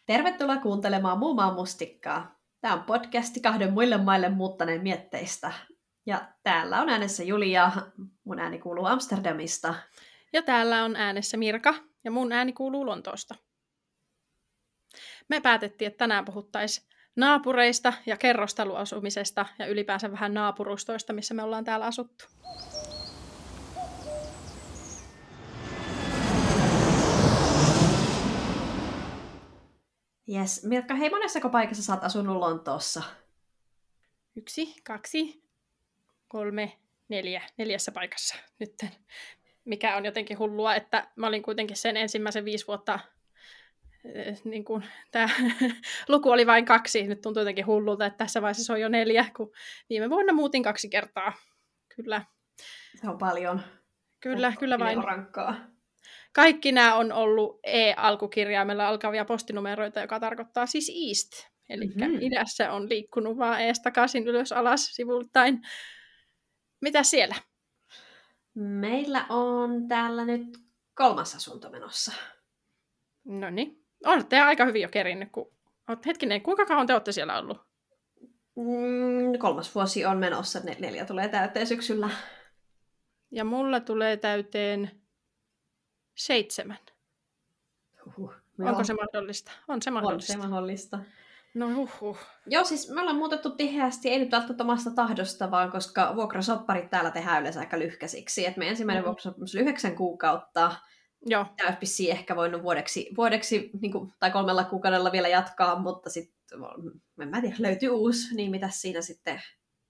Tervetuloa kuuntelemaan Muu maan mustikkaa. Tämä on podcasti 2 muille maille muuttaneen mietteistä. Ja täällä on äänessä Julia, mun ääni kuuluu Amsterdamista. Ja täällä on äänessä Mirka, ja mun ääni kuuluu Lontoosta. Me päätettiin, että tänään puhuttaisiin naapureista ja kerrostaloasumisesta ja ylipäänsä vähän naapurustoista, missä me ollaan täällä asuttu. Jes, Mirka, hei, monessako paikassa sä oot asunut Lontoossa? 1, 2, 3, 4. 4 paikassa nytten. Mikä on jotenkin hullua, että mä olin kuitenkin sen ensimmäisen 5 vuotta, niin kuin tämä luku oli vain 2. Nyt tuntuu jotenkin hullulta, että tässä vaiheessa on jo 4, kun viime vuonna muutin 2 kertaa. Kyllä. Se on paljon. Kyllä vain. On rankkaa. Kaikki nämä on ollut E-alkukirjaimella alkavia postinumeroita, joka tarkoittaa siis East. Eli idässä on liikkunut vaan ees takaisin, ylös, alas, sivultain. Mitä siellä? Meillä on täällä nyt 3. asunto menossa. Noniin. Olette aika hyvin jo kerinnyt. Hetkinen, kuinka kauan te olette siellä ollut? 3. vuosi on menossa, 4 tulee täyteen syksyllä. Ja mulla tulee täyteen 7. Onko se mahdollista? On se mahdollista. On se mahdollista. No Joo, siis me ollaan muutettu tiheästi, ei nyt välttämättä omasta tahdosta, vaan koska vuokrasopparit täällä tehdään yleensä aika lyhkäisiksi. Et meidän ensimmäinen vuokrasopimus oli 9 kuukautta. Joo. Tämä olisi vissiin ehkä voinut vuodeksi niin kuin, tai 3 kuukaudella vielä jatkaa, mutta sitten, en mä tiedä, löytyy uusi, niin mitä siinä sitten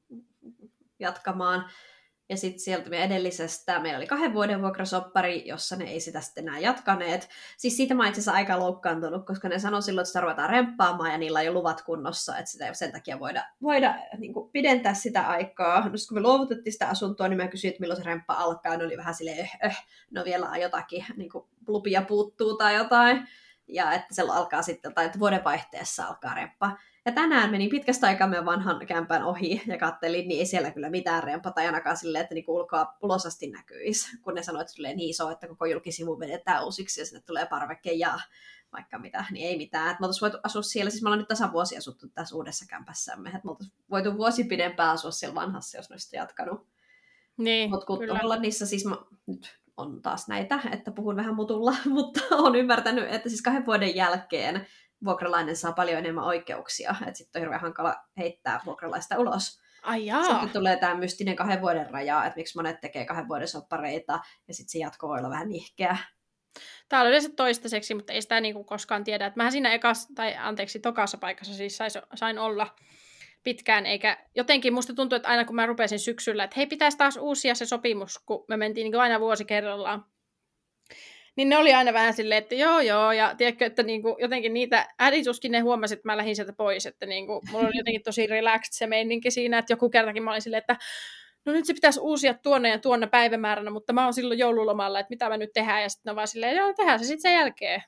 jatkamaan. Ja sitten sieltä meidän edellisestä, meillä oli 2 vuoden vuokrasoppari, jossa ne ei sitä sitten enää jatkaneet. Siis siitä mä itse asiassa aika loukkaantunut, koska ne sanoi silloin, että sitä ruvetaan remppaamaan ja niillä on jo luvat kunnossa, että sitä ei sen takia voida niin kuin pidentää sitä aikaa. No kun me luovutettiin sitä asuntoa, niin mä kysyin, että milloin se remppa alkaa. Ne oli vähän silleen, no vielä on jotakin, niin kuin lupia puuttuu tai jotain. Ja että se alkaa sitten, tai että vuodenvaihteessa alkaa remppa. Ja tänään menin pitkästä aikaa meidän vanhan kämpän ohi ja kattelin, niin ei siellä kyllä mitään rempata, ainakaan silleen, että niinku ulos asti näkyisi. Kun ne sanoivat, että tulee niin iso, että koko julkisivu vedetään uusiksi ja sinne tulee parveke ja vaikka mitä, niin ei mitään. Et me oltaisiin voitu asua siellä, siis me ollaan nyt tasavuosi asuttu tässä uudessa kämpässämme, että me oltaisiin voitu vuosi pidempään asua siellä vanhassa, jos ne olisi jatkanut. Niin, mutta kun niissä siis nyt on taas näitä, että puhun vähän mutulla, mutta olen ymmärtänyt, että siis 2 vuoden jälkeen vuokralainen saa paljon enemmän oikeuksia, että sitten on hirveän hankala heittää vuokralaista ulos. Ai jaa. Sitten tulee tämä mystinen 2 vuoden raja, että miksi monet tekee 2 vuoden soppareita, ja sitten se jatko voi olla vähän nihkeä. Tämä on yleensä toistaiseksi, mutta ei sitä niinku koskaan tiedä. Että mähän siinä tokassa paikassa siis sain olla pitkään, eikä jotenkin musta tuntuu, että aina kun mä rupesin syksyllä, että hei, pitäisi taas uusia se sopimus, kun me mentiin niin aina vuosi kerrallaan. Niin ne oli aina vähän silleen, että joo, ja tiedätkö, että niinku, jotenkin niitä, älituskin ne huomasi, että mä lähdin sieltä pois, että niinku, mulla oli jotenkin tosi relaxed se meininki siinä, että joku kertakin mä olin silleen, että no nyt se pitäisi uusia tuonne ja tuonne päivämääränä, mutta mä oon silloin joululomalla, että mitä mä nyt tehdään, ja sitten on vaan silleen, joo, tehdään se sitten sen jälkeen.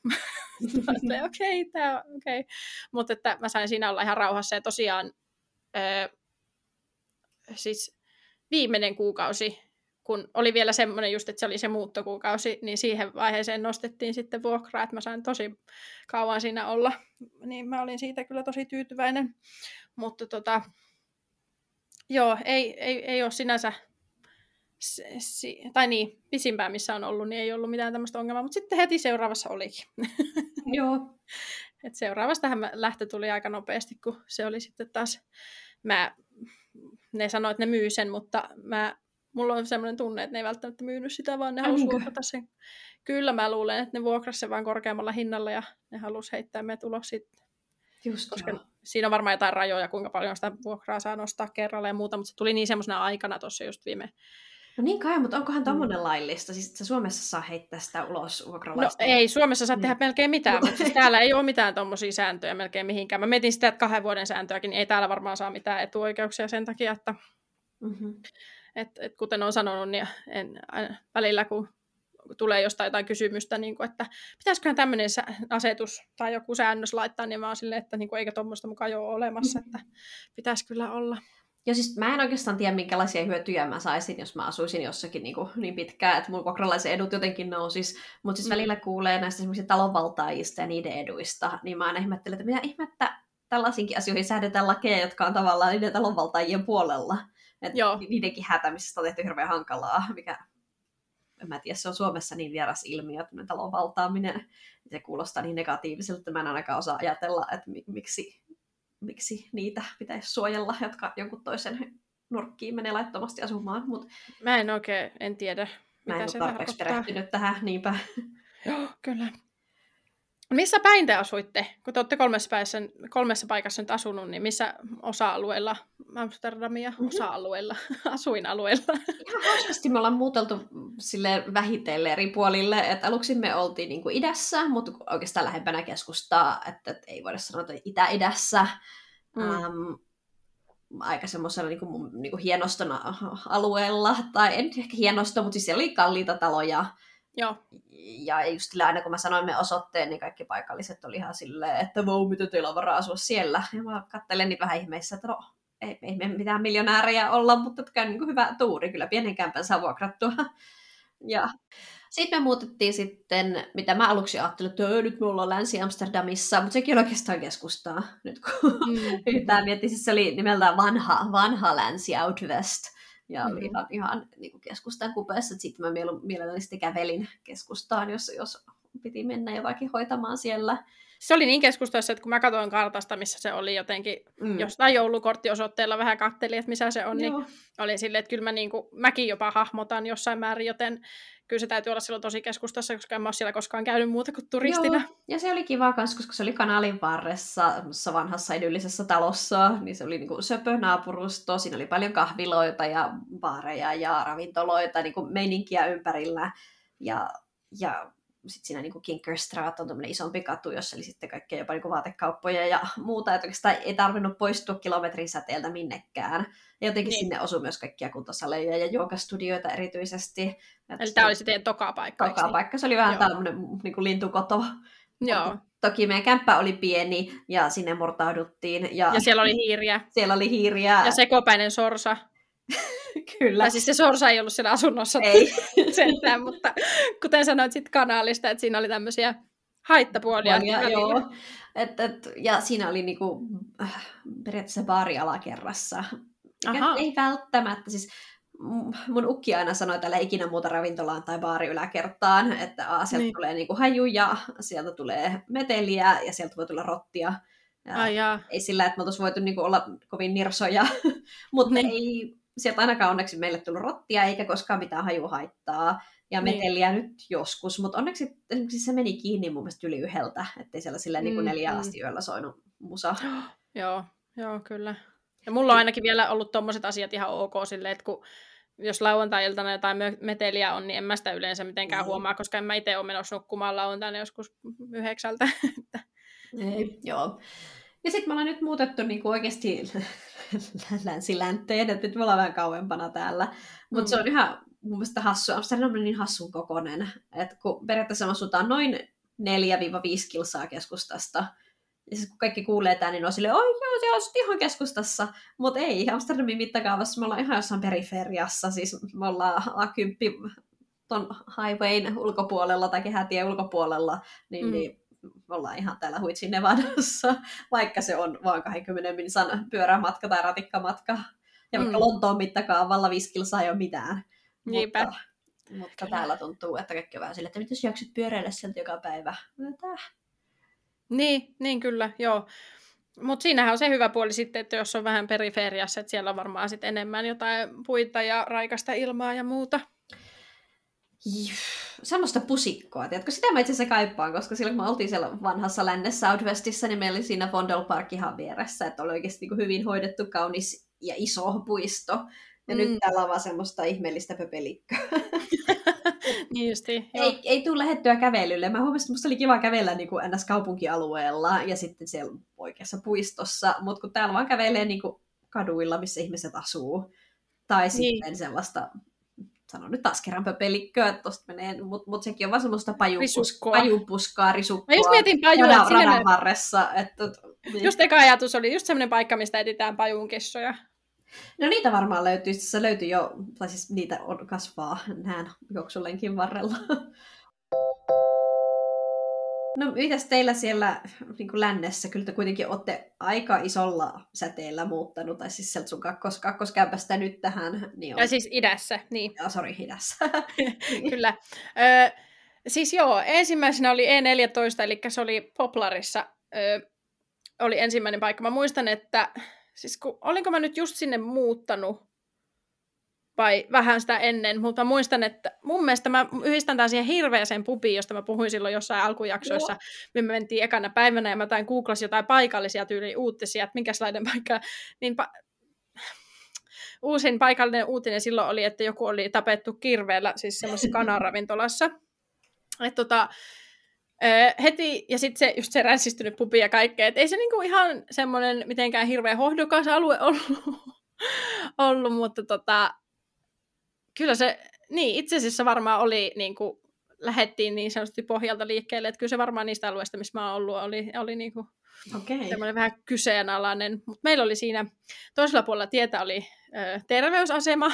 Okei. Mutta että mä sain siinä olla ihan rauhassa, ja tosiaan siis viimeinen kuukausi, kun oli vielä semmoinen just, että se oli se muuttokuukausi, niin siihen vaiheeseen nostettiin sitten vuokraa, että mä sain tosi kauan siinä olla, niin mä olin siitä kyllä tosi tyytyväinen, mutta joo, ei ole sinänsä, tai niin, pisimpään missä on ollut, niin ei ollut mitään tämmöistä ongelmaa, mutta sitten heti seuraavassa olikin. Joo. Et seuraavastahan lähtö tuli aika nopeasti, kun se oli sitten taas, ne sanoi, että ne myy sen, mutta mulla on semmoinen tunne, että ne ei välttämättä myynyt sitä, vaan ne halusi vuokrata sen. Kyllä mä luulen, että ne vuokrasi sen vaan korkeammalla hinnalla ja ne halusi heittää meidät ulos sitten. Just koska joo. Siinä on varmaan jotain rajoja, kuinka paljon sitä vuokraa saa nostaa kerralla ja muuta, mutta se tuli niin semmoisena aikana tuossa just viime. No niin kai, mutta onkohan tommoinen laillista? Siis että Suomessa saa heittää sitä ulos vuokralaista? No ei, Suomessa saa tehdä melkein mitään, mutta siis täällä ei ole mitään tommosia sääntöjä melkein mihinkään. Mä mietin sitä, että 2 vuoden sääntöäkin, niin ei täällä varmaan saa mitään etuoikeuksia sen takia, että et kuten olen sanonut, niin välillä kun tulee jostain jotain kysymystä, niin kuin, että pitäisiköhän tämmöinen asetus tai joku säännös laittaa, niin mä oon silleen, että niin kuin, eikä tuommoista mukaan ole olemassa, että pitäisi kyllä olla. Ja siis mä en oikeastaan tiedä, minkälaisia hyötyjä mä saisin, jos mä asuisin jossakin niin pitkään, että mun vuokralaisen edut jotenkin nousis. Mutta siis välillä kuulee näistä esimerkiksi talonvaltaajista ja niiden eduista, niin mä aina ihmettelen, että mitä ihmettä tällaisinkin asioihin säädetään lakeja, jotka on tavallaan niiden talonvaltaajien puolella. Että niidenkin häätämisestä on tehty hirveän hankalaa, mikä, en mä tiedä, se on Suomessa niin vieras ilmiö, että talonvaltaaminen, se kuulostaa niin negatiiviselta, että mä en ainakaan osaa ajatella, että miksi niitä pitäisi suojella, jotka jonkun toisen nurkkiin menee laittomasti asumaan. Mä en tiedä, mitä se tarkoittaa. Mä en ole tarpeeksi perehtynyt tähän, niinpä. Joo, kyllä. Missä päin te asuitte? Kun te olette kolmessa paikassa nyt asunut, niin missä osa-alueella, Amsterdamia osa-alueella, asuinalueella? Ihan hauskasti me ollaan muuteltu silleen vähitellen eri puolille, että aluksi me oltiin niin kuin idässä, mutta oikeastaan lähempänä keskustaa, että ei voida sanoa, että itä-idässä. Aika semmoisella niin kuin hienostona alueella, tai en ehkä hienosto, mutta siis siellä oli kalliita taloja. Joo. Ja just aina kun mä sanoin me osoitteen, niin kaikki paikalliset oli ihan silleen, että mitä teillä on varaa asua siellä. Ja mä katselen niitä vähän ihmeissä, että no, ei me mitään miljonäärejä olla, mutta käy niin kuin hyvä tuuri, kyllä pienen kämpän saa vuokrattua. Ja sitten me muutettiin sitten, mitä mä aluksi ajattelin, että nyt me ollaan Länsi-Amsterdamissa, mutta sekin on oikeastaan keskustaa, nyt kun yhtään miettii, siis se oli nimeltään vanha Länsi Out West. Ja oli ihan niin kuin keskustan kupeessa, että sitten mä mielelläni sitten kävelin keskustaan, jos piti mennä jotakin hoitamaan siellä. Se oli niin keskustassa, että kun mä katsoin kartasta, missä se oli jotenkin jostain joulukorttiosoitteella vähän kattelin, että missä se on, niin oli silleen, että kyllä mäkin jopa hahmotan jossain määrin, joten kyllä se täytyy olla silloin tosi keskustassa, koska en mä ole siellä koskaan käynyt muuta kuin turistina. Joo. Ja se oli kiva myös, koska se oli kanalin varressa, vanhassa idyllisessä talossa, niin se oli niin kuin söpö naapurusto, siinä oli paljon kahviloita ja baareja ja ravintoloita, niin kuin meininkiä ympärillä, ja sitten siinä niin kuin Kinkerstraat on tämmöinen isompi katu, jossa oli sitten kaikkea jopa niin kuin vaatekauppoja ja muuta, että oikeastaan ei tarvinnut poistua kilometrin säteeltä minnekään. Ja jotenkin sinne osui myös kaikkia kuntosaleja ja joogastudioita erityisesti. Eli tämä oli se teidän toka paikka. Toka paikka, se oli vähän tämmöinen niin kuin lintukoto. Joo. Toki meidän kämppä oli pieni ja sinne murtauduttiin. Ja siellä oli hiiriä. Siellä oli hiiriä. Ja sekopäinen sorsa. Kyllä. Tai siis se sorsa ei ollut siellä asunnossa ei. sentään, mutta kuten sanoit sit kanaalista, että siinä oli tämmöisiä haittapuolia. Joo. Ja siinä oli niinku, periaatteessa baari alakerrassa. Ei välttämättä, siis mun ukki aina sanoi, että älä ikinä muuta ravintolaan tai baari yläkertaan, että sieltä tulee niinku hajuja, sieltä tulee meteliä ja sieltä voi tulla rottia. Ei sillä, että me oltaisiin voitu niinku olla kovin nirsoja, mutta ei sieltä ainakaan onneksi meille tullut rottia, eikä koskaan mitään hajuhaittaa. Ja meteliä nyt joskus, mutta onneksi esimerkiksi se meni kiinni mun mielestä yli 1:00, ettei siellä silleen niin kuin 4 asti yöllä soinut musa. Joo, kyllä. Ja mulla on ainakin vielä ollut tommoset asiat ihan ok silleen, että jos lauantai-iltana jotain meteliä on, niin en mä sitä yleensä mitenkään huomaa, koska en mä itse ole menossa nukkumaan lauantaina joskus 9:00. Ei, joo. Ja sitten me ollaan nyt muutettu niin kuin oikeasti länsilänteen, että nyt me ollaan vähän kauempana täällä. Mutta se on ihan mun mielestä hassu. Amsterdam on niin hassun kokoinen, että kun periaatteessa me asutaan noin 4-5 kilsaa keskustasta, ja siis kun kaikki kuulee tämän, niin on silleen, joo, se on ihan keskustassa. Mutta ei, Amsterdamin mittakaavassa me ollaan ihan jossain periferiassa. Siis me ollaan A10 ton highwayn ulkopuolella tai kehätien ulkopuolella, niin me ollaan ihan täällä Huitsin Nevadassa, vaikka se on vaan 20 minsan pyörämatka tai ratikkamatka. Ja vaikka Lontoon mittakaavalla 5 kilsaa ei ole mitään. Mutta täällä tuntuu, että kaikki on vähän silleen, että mitäs jaksat pyöräillä sieltä joka päivä? Niin kyllä, joo. Mutta siinähän on se hyvä puoli sitten, että jos on vähän periferiassa, että siellä on varmaan sitten enemmän jotain puita ja raikasta ilmaa ja muuta. Semmoista pusikkoa, tiedätkö? Sitä mä itse asiassa kaipaan, koska silloin kun me oltiin siellä vanhassa lännessä Southwestissa, niin meillä oli siinä Vondel Park ihan vieressä, että oli oikeasti niin kuin hyvin hoidettu, kaunis ja iso puisto. Ja nyt täällä on vaan semmoista ihmeellistä pöpelikköä. Niin justi, ei tule lähdettyä kävelylle. Mä huomasin, että musta oli kiva kävellä niin kuin NS-kaupunkialueella ja sitten siellä oikeassa puistossa, mutta kun täällä vaan kävelee niin kuin kaduilla, missä ihmiset asuu, tai sitten sellaista, sanon nyt taas kerran pöpelikköä, että tosta menee, mutta sekin on vaan semmoista pajupuskaa, risukkoa. Mä just mietin pajua, radan varressa. Just eka ajatus oli just semmoinen paikka, mistä etsitään pajunkissoja. No niitä varmaan löytyy, se löytyy jo, tai siis niitä kasvaa näin juoksulenkin varrella. No mitäs teillä siellä niin kuin lännessä? Kyllä te kuitenkin olette aika isolla säteellä muuttanut, tai siis sieltä sun kakkoskämpästä nyt tähän. Niin on... Ja siis idässä, niin. Sori, idässä. Kyllä. Siis joo, ensimmäisenä oli E14, eli se oli Poplarissa. Oli ensimmäinen paikka. Mä muistan, että siis olinko mä nyt just sinne muuttanut vai vähän sitä ennen, mutta mä muistan, että mun mielestä mä yhdistän tämän siihen hirveäseen pubiin, josta mä puhuin silloin jossain alkujaksoissa. Me mentiin ekana päivänä ja mä googlasin jotain paikallisia tyyliä uutisia, että minkälainen paikka. Niin uusin paikallinen uutinen silloin oli, että joku oli tapettu kirveellä, siis semmoisessa kanaravintolassa. Että heti, ja sitten se ränsistynyt pubi ja kaikkea, että ei se niinku ihan semmoinen mitenkään hirveän hohdokas alue ollut mutta kyllä se, niin itse asiassa varmaan oli, niinku, lähdettiin niin sanotusti pohjalta liikkeelle, että kyllä se varmaan niistä alueista, missä mä oon ollut, oli niinku semmoinen vähän kyseenalainen, mutta meillä oli siinä toisella puolella tietä oli terveysasema,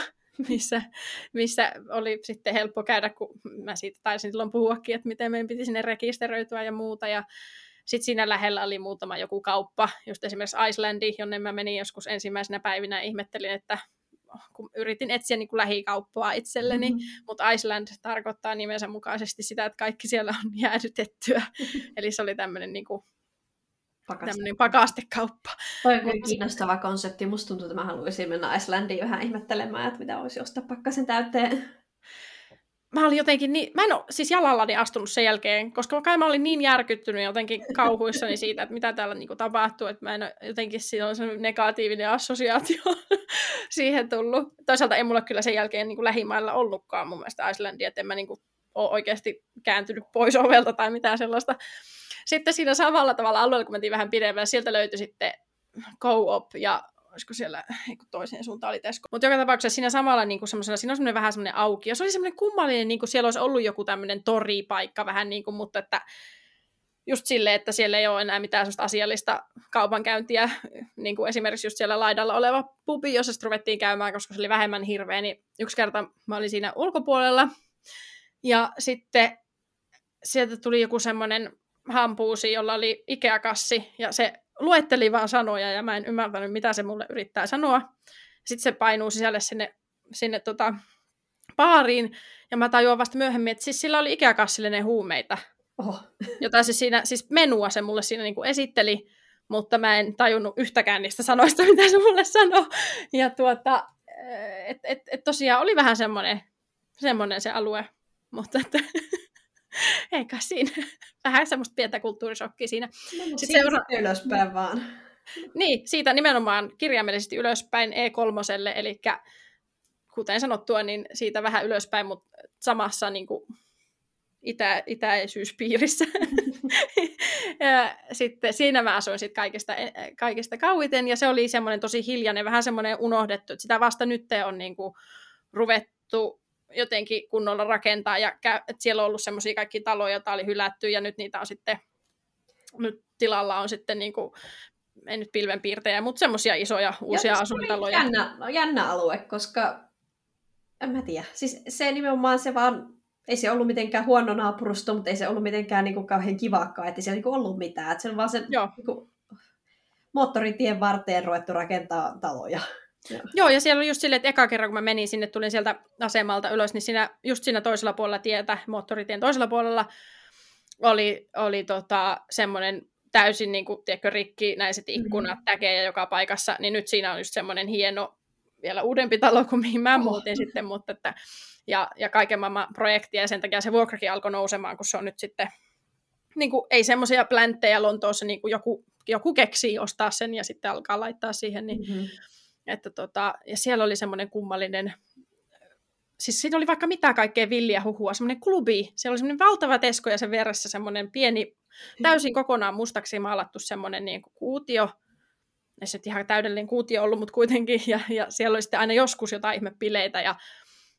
missä oli sitten helppo käydä, kun mä siitä taisin silloin puhuakin, että miten meidän piti sinne rekisteröityä ja muuta, ja sitten siinä lähellä oli muutama joku kauppa, just esimerkiksi Icelandi, jonne mä menin joskus ensimmäisenä päivinä ja ihmettelin, että kun yritin etsiä niin kuin lähikauppaa itselleni, mutta Iceland tarkoittaa nimensä mukaisesti sitä, että kaikki siellä on jäädytettyä, eli se oli tämmöinen niin kuin pakastekauppa. Toi on kyllä kiinnostava konsepti. Musta tuntuu, että mä haluaisin mennä Islandiin vähän ihmettelemään, että mitä olisi ostaa pakkasen täyteen. Mä olin jotenkin mä en ole siis jalallani astunut sen jälkeen, koska kai mä olin niin järkyttynyt jotenkin kauhuissani siitä, että mitä täällä niinku tapahtuu, että mä en ole jotenkin siinä on sellainen negatiivinen assosiaatio siihen tullut. Toisaalta ei mulla kyllä sen jälkeen niinku lähimailla ollutkaan mun mielestä Islandia, että en mä niinku ole oikeasti kääntynyt pois ovelta tai mitään sellaista. Sitten siinä samalla tavalla alueella, kun mentiin vähän pidemmälle, sieltä löytyi sitten Co-op ja olisiko siellä toiseen suuntaan oli Tesco. Mutta joka tapauksessa siinä samalla niin siinä on semmoinen vähän semmoinen auki. Ja se oli semmoinen kummallinen, niin kuin siellä olisi ollut joku tämmöinen toripaikka vähän, niin kuin, mutta että just silleen, että siellä ei ole enää mitään semmoista asiallista kaupankäyntiä, niin kuin esimerkiksi just siellä laidalla oleva pubi, jossa sitten ruvettiin käymään, koska se oli vähemmän hirveä, niin yksi kerta mä olin siinä ulkopuolella, ja sitten sieltä tuli joku semmoinen hampuusi, jolla oli Ikea-kassi, ja se luetteli vaan sanoja, ja mä en ymmärtänyt, mitä se mulle yrittää sanoa. Sitten se painuu sisälle sinne baariin, ja mä tajuan vasta myöhemmin, että siis sillä oli Ikea-kassillinen huumeita. Oho. Jota se siinä, siis menua se mulle siinä niin kuin esitteli, mutta mä en tajunnut yhtäkään niistä sanoista, mitä se mulle sanoi. Ja tosiaan oli vähän semmoinen se alue, mutta että eikä siinä. Vähän semmoista pientä kulttuurishokkia siinä. No, sitten ylöspäin vaan. Niin, siitä nimenomaan kirjaimellisesti ylöspäin E3, eli kuten sanottua, niin siitä vähän ylöspäin, mutta samassa niin kuin itäisyyspiirissä. Ja sitten siinä mä asuin sit kaikista kauiten, ja se oli semmoinen tosi hiljainen, vähän semmoinen unohdettu, että sitä vasta nyt on niin kuin ruvettu jotenkin kunnolla rakentaa, ja että siellä on ollut semmoisia kaikki taloja, joita oli hylätty, ja nyt niitä on sitten, nyt tilalla on sitten niin kuin, ei nyt pilvenpiirtejä, mutta semmoisia isoja uusia asuintaloja. Jännä alue, koska en mä tiedä, siis se nimenomaan se vaan, ei se ollut mitenkään huono naapurusto, mutta ei se ollut mitenkään niin kuin kauhean kivaakaan, että ei siellä niin kuin ollut mitään, että se on vaan se niin kuin, moottoritien varteen ruvettu rakentaa taloja. Joo, ja siellä oli just silleen, että eka kerran, kun mä menin sinne, tulin sieltä asemalta ylös, niin just siinä toisella puolella tietä, moottoritien toisella puolella, oli semmoinen täysin niin kuin, tiedätkö, rikkinäiset ikkunat, täkejä joka paikassa, niin nyt siinä on just semmoinen hieno, vielä uudempi talo kuin mihin mä muutin sitten, mutta että, ja kaiken maailman projektia, ja sen takia se vuokrakin alkoi nousemaan, kun se on nyt sitten, niin kuin, ei semmoisia plänttejä Lontoossa, niin kuin joku keksii ostaa sen ja sitten alkaa laittaa siihen, niin että ja siellä oli semmoinen kummallinen, siis siinä oli vaikka mitä kaikkea villiä huhua, semmoinen klubi, siellä oli semmoinen valtava Tesco ja sen vieressä semmoinen pieni, täysin kokonaan mustaksi maalattu semmoinen niin kuin kuutio, ei se ihan täydellinen kuutio ollut, mutta kuitenkin, ja siellä oli sitten aina joskus jotain ihmepileitä, ja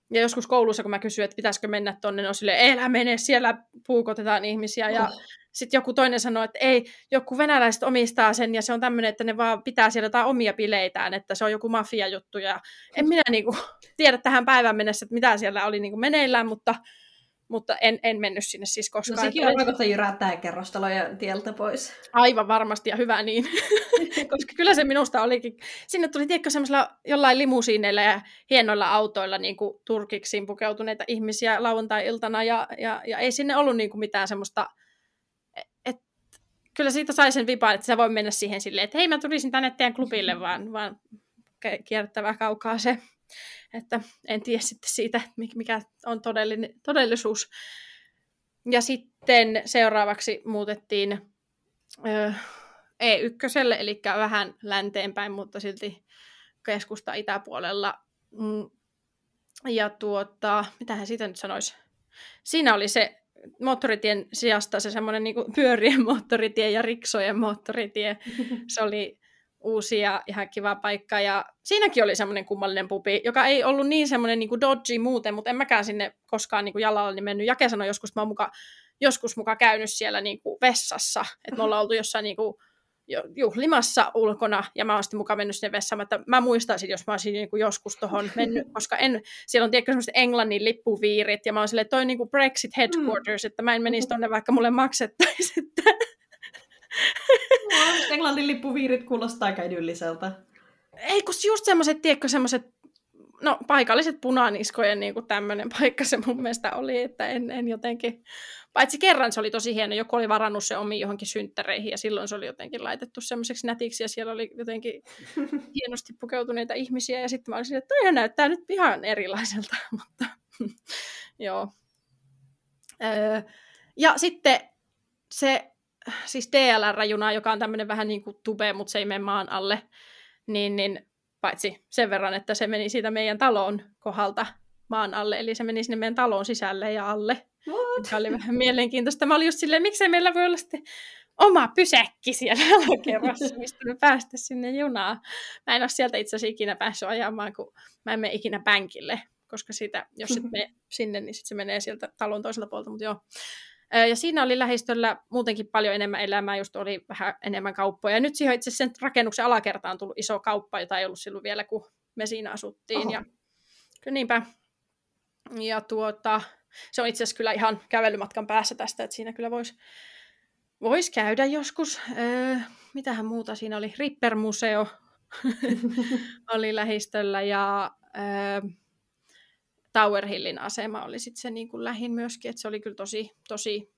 Ja joskus koulussa, kun mä kysyin, että pitäisikö mennä tonne, ne on silleen, älä mene, siellä puukotetaan ihmisiä. Ja sitten joku toinen sanoi, että ei, joku venäläiset omistaa sen, ja se on tämmöinen, että ne vaan pitää siellä jotain omia bileitään, että se on joku mafia-juttu. Ja en minä niinku tiedä tähän päivään mennessä, että mitä siellä oli niinku meneillään, mutta en mennyt sinne siis koskaan. No sekin on kohta jyrättää kerrostaloja tieltä pois. Aivan varmasti, ja hyvä niin. Koska kyllä se minusta olikin. Sinne tuli tiedätkö semmoisilla jollain limusiineilla ja hienoilla autoilla niin kuin turkiksiin pukeutuneita ihmisiä lauantai-iltana, ja ei sinne ollut niin kuin mitään semmoista, kyllä siitä sai sen vipaan, että sä voi mennä siihen silleen, että hei, mä tulisin tänne teidän klubille, vaan kiertävä kaukaa se. Että en tiedä sitten siitä, mikä on todellisuus. Ja sitten seuraavaksi muutettiin E1, eli vähän länteenpäin, mutta silti keskusta itäpuolella. Ja mitähän siitä nyt sanoisi? Siinä oli se moottoritien sijasta se semmoinen niin kuin pyörien moottoritie ja riksojen moottoritie. Se oli uusi ja ihan kiva paikka. Ja siinäkin oli semmoinen kummallinen pubi, joka ei ollut niin semmoinen niin kuin dodgy muuten, mutta en mäkään sinne koskaan niin kuin jalalla mennyt. Jake sanoi joskus, että mä oon joskus muka käynyt siellä niin kuin vessassa. Että me ollaan oltu jossain niin kuin juhlimassa ulkona, ja mä oon sitten mukaan mennyt sinne vessaan, että mä muistaisin, jos mä olisin niin kuin joskus tohon mennyt, koska siellä on tietenkin semmoiset Englannin lippuviirit, ja mä oon silleen, toi niin kuin Brexit headquarters, että mä en menisi tonne, vaikka mulle maksettaisiin. Englannin lippuviirit kuulostaa aika idylliseltä. Ei, kun just semmoiset, tiedätkö, semmoiset, no paikalliset punaniskojen niin kuin tämmöinen paikka se mun mielestä oli, että en jotenkin, paitsi kerran se oli tosi hieno, joku oli varannut se omiin johonkin synttäreihin, ja silloin se oli jotenkin laitettu semmoiseksi nätiksi, ja siellä oli jotenkin hienosti pukeutuneita ihmisiä, ja sitten mä olisin, että toihan näyttää nyt ihan erilaiselta, mutta joo. Ja sitten se, siis DLR-juna, joka on tämmöinen vähän niin kuin tube, mutta se ei mene maan alle, niin paitsi sen verran, että se meni siitä meidän talon kohdalta maan alle, eli se meni sinne meidän talon sisälle ja alle. Mikä oli vähän mielenkiintoista. Mä olin just silleen, miksei meillä voi olla sitten oma pysäkki siellä alakerrassa, mistä me päästä sinne junaan. Mä en ole sieltä itse asiassa ikinä päässyt ajamaan, kun mä en mene ikinä pänkille, koska siitä, jos et mene sinne, niin sit se menee sieltä talon toiselta puolelta, mutta joo. Ja siinä oli lähistöllä muutenkin paljon enemmän elämää, just oli vähän enemmän kauppoja. Ja nyt siihen itse asiassa sen rakennuksen alakertaan on tullut iso kauppa, jota ei ollut silloin vielä, kun me siinä asuttiin. Ja kyllä niinpä. Ja se on itse asiassa kyllä ihan kävelymatkan päässä tästä, että siinä kyllä voisi käydä joskus. Mitähän muuta siinä oli? Ripper-museo oli lähistöllä, ja Tower Hillin asema oli sitten se niin kuin lähin myöskin, että se oli kyllä tosi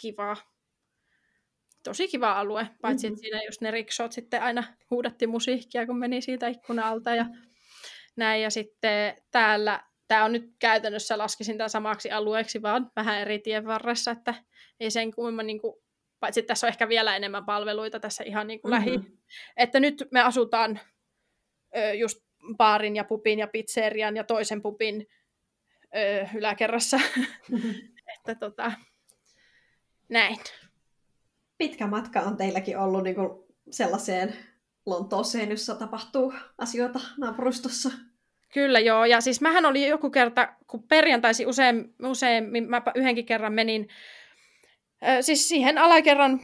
kiva alue, paitsi että siinä just ne riksot sitten aina huudatti musiikkia, kun meni siitä ikkunalta ja näin, ja sitten tämä on nyt käytännössä, laskisin tämän samaksi alueeksi, vaan vähän eri tien varressa, että ei sen kummemmin, niin kuin, paitsi että tässä on ehkä vielä enemmän palveluita tässä ihan niin kuin lähi, että nyt me asutaan just baarin ja pubin ja pizzerian ja toisen pubin yläkerrassa. Että näin. Pitkä matka on teilläkin ollut niin kuin sellaiseen Lontooseen, jossa tapahtuu asioita naapurustossa. Kyllä joo, ja siis mähän oli joku kerta, kun perjantaisin usein mä yhdenkin kerran menin, siis siihen alakerran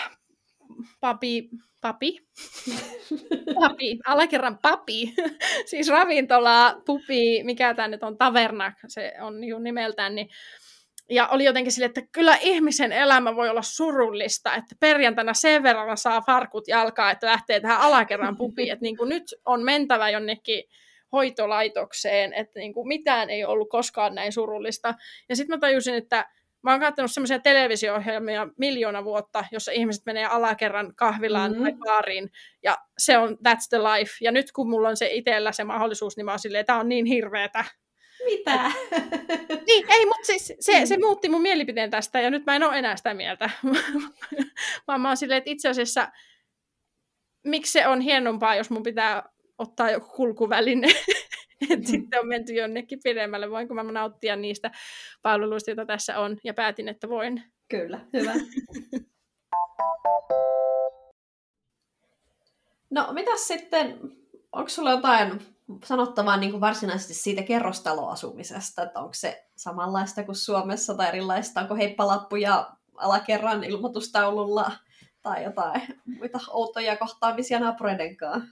alakerran papi, siis ravintola, pubi, mikä tämä nyt on, taverna, se on nimeltään, niin ja oli jotenkin sille, että kyllä ihmisen elämä voi olla surullista, että perjantaina sen verran saa farkut jalkaa, että lähtee tähän alakerran pubiin, että niin kuin nyt on mentävä jonnekin hoitolaitokseen, että niin kuin mitään ei ollut koskaan näin surullista. Ja sitten mä tajusin, että mä oon katsonut semmoisia televisio-ohjelmia 1,000,000 vuotta, jossa ihmiset menee alakerran kahvilaan tai baariin, ja se on that's the life. Ja nyt kun mulla on se itsellä se mahdollisuus, niin mä oon silleen, että tää on niin hirveetä. Mitä? Niin, ei, mutta siis se muutti mun mielipiteen tästä, ja nyt mä en ole enää sitä mieltä. Vaan mä oon silleen, että itse asiassa, miksi se on hienompaa, jos mun pitää ottaa joku kulkuväline, että sitten on menty jonnekin pidemmälle. Voinko mä nauttia niistä palveluista, joita tässä on, ja päätin, että voin. Kyllä, hyvä. No, mitäs sitten, onko sulla jotain sanottavaa niin kuin varsinaisesti siitä kerrostaloasumisesta, että onko se samanlaista kuin Suomessa tai erilaista, onko heippalappuja alakerran ilmoitustaululla tai jotain muita outoja kohtaamisia naapureiden kanssa?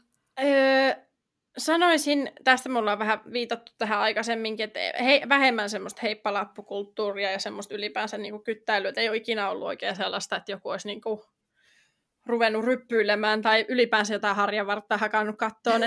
Sanoisin, tästä me ollaan vähän viitattu tähän aikaisemminkin, että vähemmän semmoista heippalappukulttuuria ja semmoista ylipäänsä niin kuin kyttäilyä, että ei ole ikinä ollut oikein sellaista, että joku olisi niin kuin ruvennut ryppyilemään tai ylipäänsä jotain harjanvartta hakannut kattoon.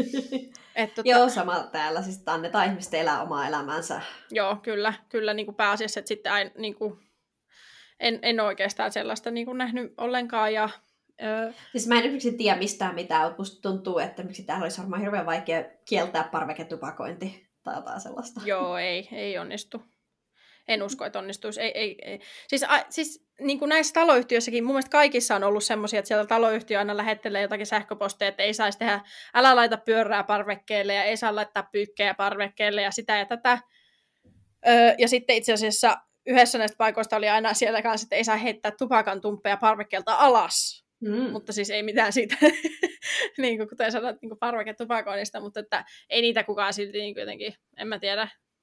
Joo, sama täällä. Siis annetaan ihmisten elää omaa elämäänsä. Joo, kyllä niin kuin pääasiassa, että sitten niin kuin, en oikeastaan sellaista niin kuin nähnyt ollenkaan. Siis mä en esimerkiksi tiedä mistään mitään, mutta musta tuntuu, että miksi täällä olisi varmaan hirveän vaikea kieltää parveketupakointi tai jotain sellaista. Joo, ei onnistu. En usko, että onnistuisi. Ei. Siis niin kuin näissä taloyhtiöissäkin, mun mielestä kaikissa on ollut semmoisia, että sieltä taloyhtiö aina lähettelee jotakin sähköposteja, että ei saisi tehdä, älä laita pyörää parvekkeelle ja ei saa laittaa pyykkejä parvekkeelle ja sitä ja tätä. Ja sitten itse asiassa yhdessä näistä paikoista oli aina siellä kanssa, että ei saa heittää tupakan tumppeja parvekkeelta alas. Mutta siis ei mitään siitä, niin kuin kuten sanoit, niin kuin parveketupakoinnista, mutta että ei niitä kukaan silti niin jotenkin, en mä tiedä.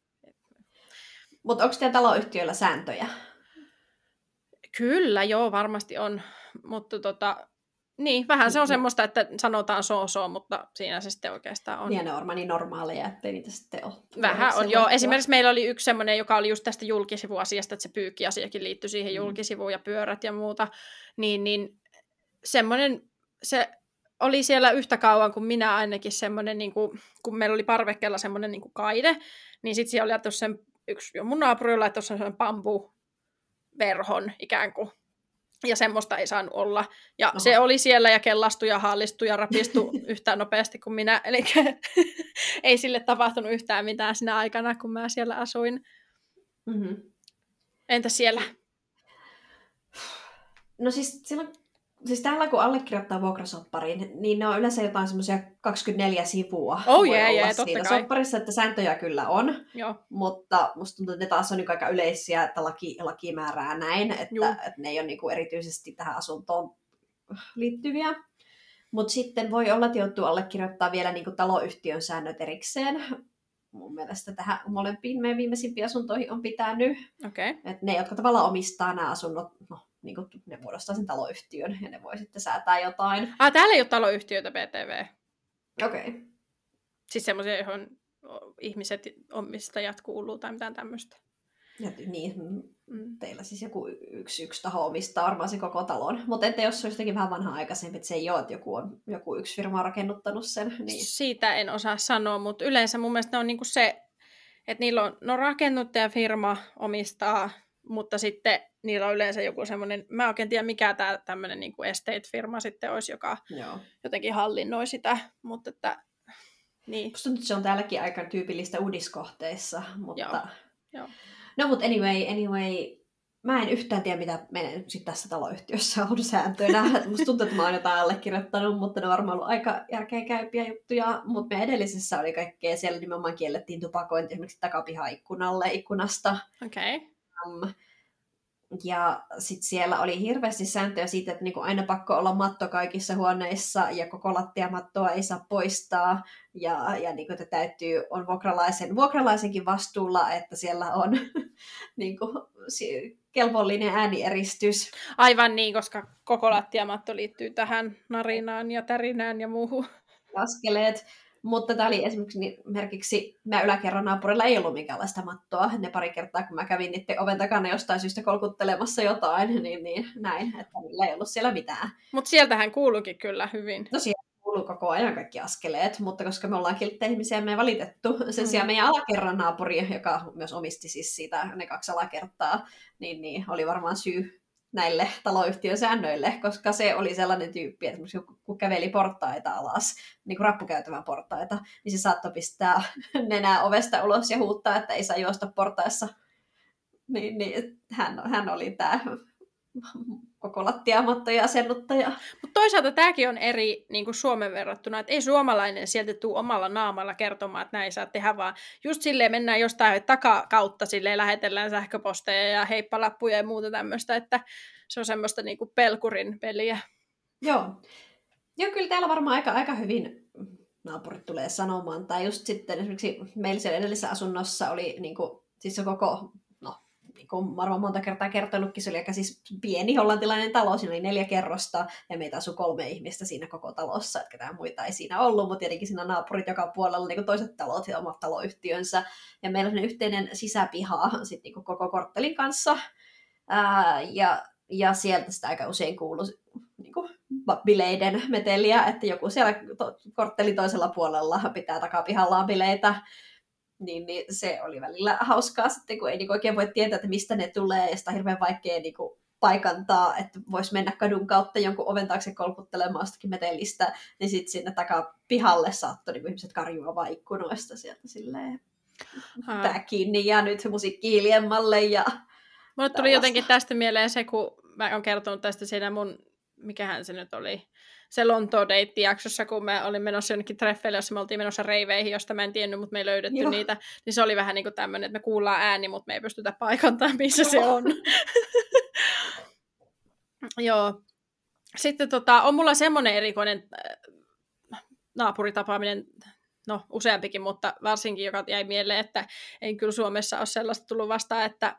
Mutta onko teidän taloyhtiöillä sääntöjä? Kyllä, joo, varmasti on. Mutta niin, vähän se on semmoista, että sanotaan so, mutta siinä se sitten oikeastaan on. Niin, ne on varmaan niin normaaleja, ettei niitä sitten ole. Vähän on, joo. Esimerkiksi meillä oli yksi semmoinen, joka oli just tästä julkisivuasiasta, että se pyykkiasiakin liittyi siihen julkisivuun ja pyörät ja muuta. Niin semmoinen, se oli siellä yhtä kauan kuin minä ainakin semmoinen, niin kuin, kun meillä oli parvekkeella semmoinen niin kuin kaide, niin sitten siellä oli laittu sen, yksi mun naapuri oli laittu semmoinen bambuverhon ikään kuin. Ja semmoista ei saanut olla. Ja se oli siellä ja kellastui ja haallistui ja rapistui yhtään nopeasti kuin minä. Eli ei sille tapahtunut yhtään mitään sinä aikana, kun mä siellä asuin. Mm-hmm. Entä siellä? No siis täällä kun allekirjoittaa vuokrasoppariin, niin ne on yleensä jotain semmoisia 24 sivua. Totta kai. Sopparissa, että sääntöjä kyllä on, Joo. mutta musta tuntuu, että ne taas on niin aika yleisiä, että laki määrää näin, että ne ei ole niin erityisesti tähän asuntoon liittyviä. Mutta sitten voi olla, että joutuu allekirjoittaa vielä niin taloyhtiön säännöt erikseen. Mun mielestä tähän molempiin meidän viimeisimpiin asuntoihin on pitänyt. Okay. Että ne, jotka tavallaan omistaa nämä asunnot, niin kuin ne muodostaa sen taloyhtiön ja ne voi sitten säätää jotain. Täällä ei ole taloyhtiöitä BTV. Okei. Okay. Siis semmoisia, johon ihmiset, omistajat kuuluu tai mitään tämmöistä. Ja niin, teillä siis yksi taho omistaa varmaan se koko talon. Mutta entä jos se olisi jotenkin vähän vanha-aikaisempi, että se ei ole, että joku yksi firma on rakennuttanut sen? Niin. Siitä en osaa sanoa, mutta yleensä mun mielestä ne on niinku se, että niillä on rakennuttajafirma omistaa, mutta sitten niillä on yleensä joku semmoinen, mä en oikein tiedä mikä tämä tämmöinen niinku estate-firma sitten olisi, joka jotenkin hallinnoi sitä, mutta että niin. Musta tuntuu, että se on täälläkin aika tyypillistä uudiskohteissa, mutta... Joo. No mutta anyway, mä en yhtään tiedä, mitä meidän sitten tässä taloyhtiössä on sääntöinä. Musta tuntuu, että mä oon jotain allekirjoittanut, mutta ne on varmaan ollut aika järkeenkäypiä juttuja. Mutta meidän edellisessä oli kaikkea, siellä nimenomaan kiellettiin tupakointi esimerkiksi takapiha-ikkunalle ikkunasta. Okei. Okay. Ja sitten siellä oli hirveästi sääntöjä siitä, että niinku aina pakko olla matto kaikissa huoneissa ja koko lattiamattoa ei saa poistaa. Ja niinku, että täytyy, on vuokralaisenkin vastuulla, että siellä on niinku, kelvollinen äänieristys. Aivan niin, koska koko lattiamatto liittyy tähän narinaan ja tärinään ja muuhun. Askeleet. Mutta tämä oli esimerkiksi meidän yläkerran naapurilla ei ollut minkäänlaista mattoa. Ne pari kertaa, kun mä kävin niiden oven takana jostain syystä kolkuttelemassa jotain, niin näin, että niillä ei ollut siellä mitään. Mutta sieltähän kuuluukin kyllä hyvin. No sieltä kuuluu koko ajan kaikki askeleet, mutta koska me ollaan kilttejä ihmisiä, me ei valitettu. Sen sijaan meidän alakerran naapuri, joka myös omisti siis siitä ne 2 alakertaa, niin oli varmaan syy näille taloyhtiön säännöille, koska se oli sellainen tyyppi, että kun käveli portaita alas, niin kuin rappukäytävän portaita, niin se saattoi pistää nenää ovesta ulos ja huuttaa, että ei saa juosta portaissa. Niin hän oli tämä koko lattiamattoja asennuttaja. Mutta toisaalta tämäkin on eri niin kuin Suomen verrattuna, että ei suomalainen sieltä tule omalla naamalla kertomaan, että näin saa tehdä, vaan just silleen mennään jostain takakautta, silleen lähetellään sähköposteja ja heippalappuja ja muuta tämmöistä, että se on semmoista niin kuin pelkurin peliä. Joo, kyllä täällä varmaan aika hyvin naapurit tulee sanomaan. Tai just sitten esimerkiksi meillä siellä edellisessä asunnossa oli niin kuin, siis se koko, no niin kuin varmaan monta kertaa kertonutkin, se oli aika siis pieni hollantilainen talo, siinä oli 4 kerrosta ja meitä asui 3 ihmistä siinä koko talossa, että ketään muita ei siinä ollut, mutta tietenkin siinä naapurit joka puolella, niin kuin toiset talot ja omat taloyhtiönsä. Ja meillä on yhteinen sisäpiha sit niin kuin koko korttelin kanssa. Ja sieltä sitä aika usein kuului niin kuin bileiden meteliä, että joku siellä korttelin toisella puolella pitää takapihallaan bileitä. Niin se oli välillä hauskaa sitten, kun ei niin oikein voi tietää, että mistä ne tulee, ja sitä on hirveän vaikea niin kuin paikantaa, että voisi mennä kadun kautta jonkun oven taakse kolkuttelemaan jostakin metelistä, niin sitten sinne takapihalle saattoi niin ihmiset karjua vaan ikkunoista sieltä silleen pää kiinni ja nyt musiikki hiljemmalle ja mulle tuli jotenkin tästä mieleen se, kun mä oon kertonut tästä siinä mun, mikähän se nyt oli, se Lontoon date-jaksossa, kun mä olin menossa jonnekin treffeille, jossa me oltiin menossa reiveihin, josta mä en tiennyt, mutta me ei löydetty niitä, niin se oli vähän niin kuin tämmöinen, että me kuullaan ääni, mutta me ei pystytä paikantamaan, missä se on. Joo. Sitten on mulla semmoinen erikoinen naapuritapaaminen, no useampikin, mutta varsinkin, joka jäi mieleen, että ei kyllä Suomessa ole sellaista tullut vastaan, että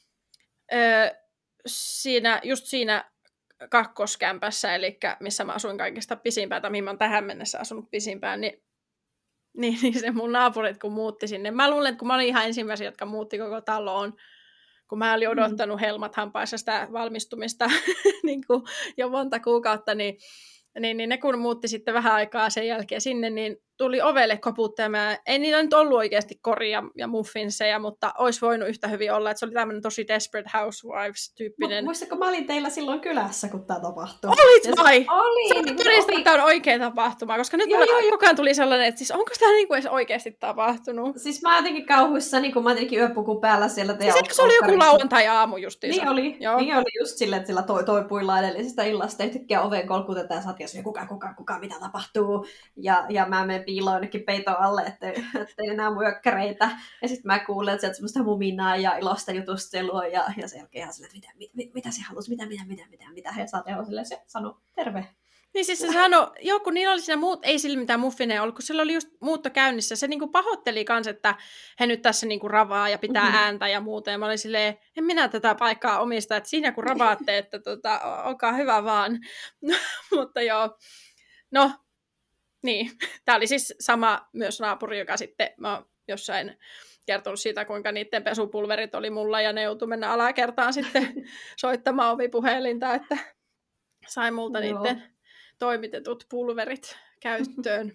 siinä kakkoskämpässä, eli missä mä asuin kaikista pisimpään, tai mihin mä oon tähän mennessä asunut pisimpään, niin se mun naapurit, kun muutti sinne. Mä luulen, että kun mä olin ihan ensimmäisiä, jotka muutti koko taloon, kun mä olin odottanut helmat hampaissa sitä valmistumista niin kuin jo monta kuukautta, niin ne kun muutti sitten vähän aikaa sen jälkeen sinne, niin tuli ovelle koputtamaan. Ei niillä nyt ollut oikeasti koria ja muffinseja, mutta olisi voinut yhtä hyvin olla, että se oli tämmöinen tosi Desperate Housewives-tyyppinen. Muistatko, mä olin teillä silloin kylässä, kun tämä tapahtui? Olit vai? Oli. Sä todistat, että tämä on oikea tapahtuma, koska nyt koko ajan tuli sellainen, että siis onko tämä niinku edes oikeasti tapahtunut? Siis mä jotenkin kauhuissa, niin kun mä jotenkin yöpuku päällä siellä teidän siis se oli joku lauantai-aamu justiinsa? Niin oli just silleen, että sillä toipuillaan edellisestä illasta yhtäkkiä oveen kolkutetaan ja sä oot kuka, mitä tapahtuu? Ja mä menen piiloon jonnekin peiton alle, ettei enää muökkäreitä. Ja sitten mä kuulen, että sieltä semmoista muminaa ja ilosta jutustelua ja sen jälkeen ihan silleen, että mitä se halusi, mitä. Ja sä oot ihan silleen, se sanoi, terve. Niin siis se sanoi, kun niillä oli siinä ei sillä mitään muffineja ollut, kun sillä oli just muutto käynnissä. Se niinku pahoitteli kans, että he nyt tässä niinku ravaa ja pitää ääntä ja muuta. Ja mä olin silleen, en minä tätä paikkaa omista, että siinä kun ravaatte, että olkaa hyvä vaan. Mutta joo, no, niin. Tämä oli siis sama myös naapuri, joka sitten, mä oon jossain kertonut siitä, kuinka niiden pesupulverit oli mulla ja ne joutui mennä alakertaan sitten soittamaan ovipuhelinta, että sai multa niiden toimitetut pulverit käyttöön.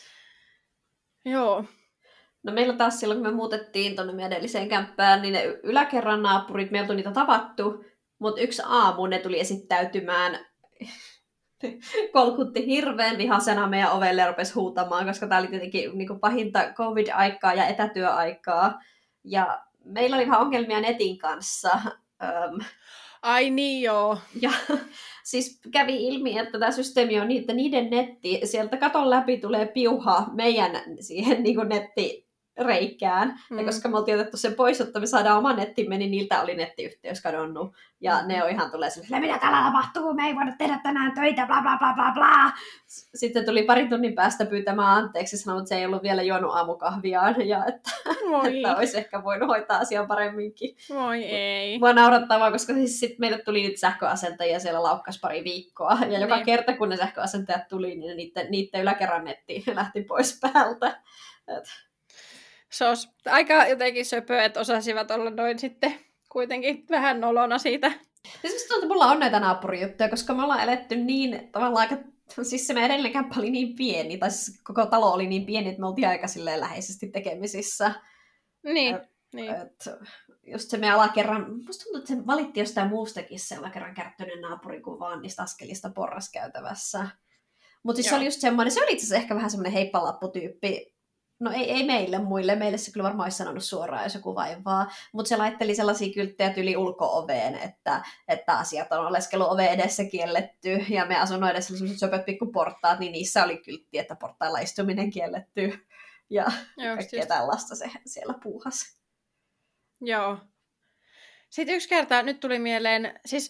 Joo. No meillä taas silloin, kun me muutettiin tuonne meidän edelliseen kämppään, niin ne yläkerran naapurit, meiltä on niitä tavattu, mutta yksi aamu ne tuli esittäytymään, kolkutti hirveän vihasena meidän ovelle ja rupesi huutamaan, koska tämä oli tietenkin niin kuin pahinta covid-aikaa ja etätyöaikaa. Ja meillä oli vähän ongelmia netin kanssa. Ai niin joo. Ja siis kävi ilmi, että tämä systeemi on niin, että niiden netti, sieltä katon läpi tulee piuha meidän siihen niin kuin nettireikään. Ja koska me oltiin otettu sen pois, että me saadaan oma nettimme, niin niiltä oli nettiyhteys kadonnut. Ja ne on ihan tulee silleen, mitä täällä tapahtuu, me ei voida tehdä tänään töitä, bla bla bla bla bla. Sitten tuli parin tunnin päästä pyytämään anteeksi, sanoi, että se ei ollut vielä juonut aamukahviaan ja että olisi ehkä voinut hoitaa asian paremminkin. Voi ei. Mua naurattaa vaan, koska siis sit meille tuli niitä sähköasentajia siellä laukkas pari viikkoa. Ja joka kerta, kun ne sähköasentajat tuli, niin niiden yläkerran netti lähti pois päältä. Se olisi aika jotenkin söpö, että osasivat olla noin sitten kuitenkin vähän nolona siitä. Siis tuntuu, että mulla on näitä naapurijuttuja, koska me ollaan eletty niin tavallaan aika... Siis se meidän edellinen kämppä oli niin pieni, tai siis koko talo oli niin pieni, että me oltiin aika silleen läheisesti tekemisissä. Niin. Just se meidän alakerran... Musta tuntuu, että se valitti jostain muustakin se alakerran kärttöinen naapuri kuin vaan niistä askelista porraskäytävässä. Mutta siis se oli just semmoinen... Se oli itse asiassa ehkä vähän semmoinen heippalapputyyppi. No ei meille se kyllä varmaan olisi sanonut suoraan, jos joku vaivaa, mutta se laitteli sellaisia kylttejä yli ulko-oveen, että asiat on oleskelu oven edessä kielletty, ja me asunnon edessä sellaiset söpöt pikkuportaat, niin niissä oli kyltti, että portailla istuminen kielletty, ja kaikkea tällaista se siellä puuhasi. Joo. Sitten yksi kerta nyt tuli mieleen, siis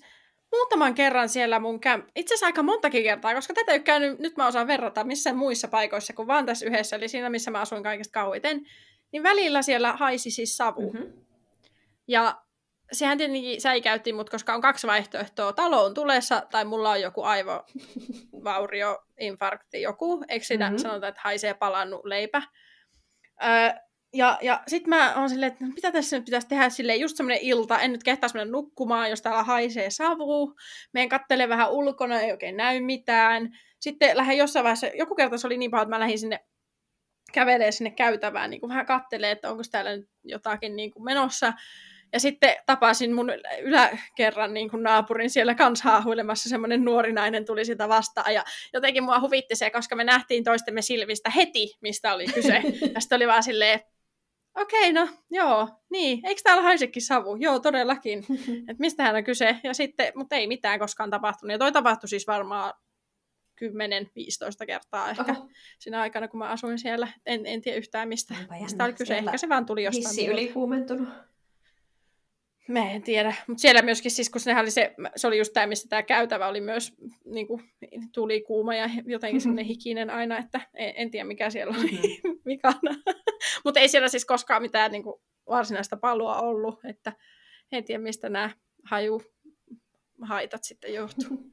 muutaman kerran siellä itse asiassa aika montakin kertaa, koska tätä ei ole käynyt, nyt mä osaan verrata missään muissa paikoissa kuin vaan tässä yhdessä, eli siinä missä mä asuin kaikista kauiten, niin välillä siellä haisi siis savu. Mm-hmm. Ja sehän tietenkin säikäytti mut, koska on 2 vaihtoehtoa. Talo on tulessa tai mulla on joku aivovaurio, infarkti, joku. Eikö sitä sanota, että haisee palannut leipä? Ja sit mä oon silleen, että mitä tässä nyt pitäisi tehdä silleen, just semmoinen ilta, en nyt kehtaisi mennä nukkumaan, jos täällä haisee savu. Meen kattelen vähän ulkona, ei oikein näy mitään. Sitten lähden jossain vaiheessa, joku kerta se oli niin paha, että mä lähdin kävelee sinne käytävään, niin kuin vähän kattelee, että onko täällä nyt jotakin niin kuin menossa. Ja sitten tapasin mun yläkerran niin kuin naapurin siellä kanssa haahuilemassa, semmoinen nuori nainen tuli sitä vastaan. Ja jotenkin mua huvitti se, koska me nähtiin toistemme silmistä heti, mistä oli kyse. Ja sitten oli vaan silleen, okei, no joo, niin, eikö täällä haisekin savu? Joo, todellakin. Että mistähän on kyse? Ja sitten, mutta ei mitään koskaan tapahtunut. Ja toi tapahtui siis varmaan 10-15 kertaa ehkä siinä aikana, kun mä asuin siellä. En tiedä yhtään mistä oli kyse. Ehkä se vaan tuli jostain. Hissi ylikuumentunut. Mä en tiedä, mutta siellä myöskin, siis, kun se oli just tämä, missä tämä käytävä oli myös, niin kuin, tuli kuuma ja jotenkin semmoinen hikinen aina, että en tiedä mikä siellä oli vikana. Mutta ei siellä siis koskaan mitään niin kuin, varsinaista palua ollut, että en tiedä mistä nämä haitat sitten johtuu.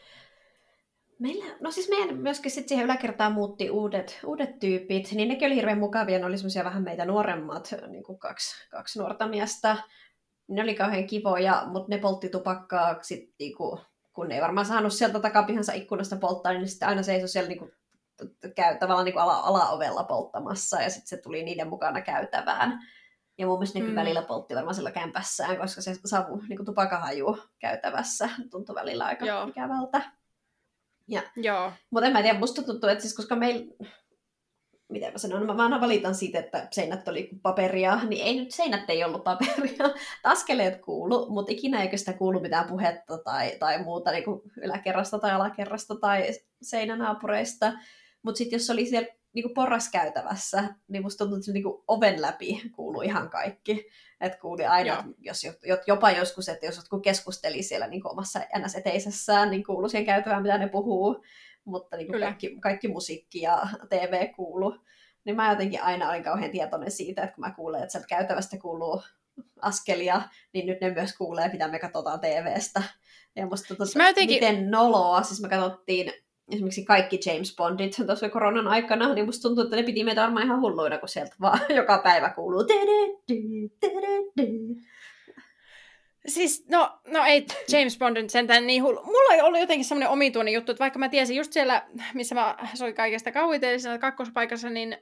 Meidän myöskin sitten siihen yläkertaan muutti uudet tyypit, niin nekin oli hirveän mukavia, ne oli semmoisia vähän meitä nuoremmat, niin kuin kaksi nuorta miestä. Ne oli kauhean kivoja, mutta ne poltti tupakkaa, sit, niinku, kun ne ei varmaan saanut sieltä takapihansa ikkunasta polttaa, niin sitten aina seisoi siellä niinku, tavallaan niinku alaovella polttamassa, ja sitten se tuli niiden mukana käytävään. Ja mun mielestä nekin välillä poltti varmaan sillä kämpässään, koska se savu, niinku tupakahaju käytävässä tuntui välillä aika ikävältä. Mutta en mä tiedä, musta tuntuu, että siis koska meillä... Miten mä sanon, mä vaan valitan siitä, että seinät oli paperia, niin ei nyt seinät ei ollut paperia. Askeleet kuulu, mutta ikinä eikö sitä kuulu mitään puhetta tai muuta niin kuin yläkerrasta tai alakerrasta tai seinänaapureista. Mutta sitten jos oli siellä niin kuin porraskäytävässä, niin musta tuntuu, että se niin kuin oven läpi kuuluu ihan kaikki. Että kuuli aina, jopa joskus, että jos jotkut keskusteli siellä niin kuin omassa NS-eteisessään, niin kuului siihen käytävään, mitä ne puhuu. Mutta niin kuin kaikki musiikki ja TV kuuluu. Niin mä jotenkin aina olin kauhean tietoinen siitä, että kun mä kuulen, että sieltä käytävästä kuuluu askelia, niin nyt ne myös kuulee, mitä me katsotaan TV:stä. Ja musta tuntuu, miten noloa. Siis me katsottiin esimerkiksi kaikki James Bondit tuossa koronan aikana, niin musta tuntuu, että ne piti meitä varmaan ihan hulluina, kun sieltä vaan joka päivä kuuluu. Siis, no ei James Bondin sentään niin hullu. Mulla ei ollut jotenkin semmoinen omituinen juttu, että vaikka mä tiesin just siellä, missä mä asuin kaikesta kauiten, eli siellä kakkospaikassa, niin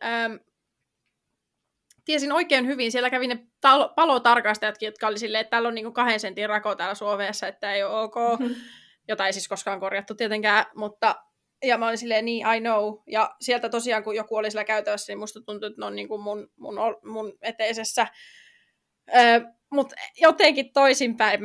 tiesin oikein hyvin. Siellä kävi ne palotarkastajatkin, jotka oli silleen, että täällä on niinku 2 sentin rako täällä Suomessa, että ei ole ok. Jota ei siis koskaan korjattu tietenkään, mutta... Ja mä olin silleen, niin, I know. Ja sieltä tosiaan, kun joku oli siellä käytävässä, niin musta tuntui, että ne on niinku mun eteisessä. Mutta jotenkin toisinpäin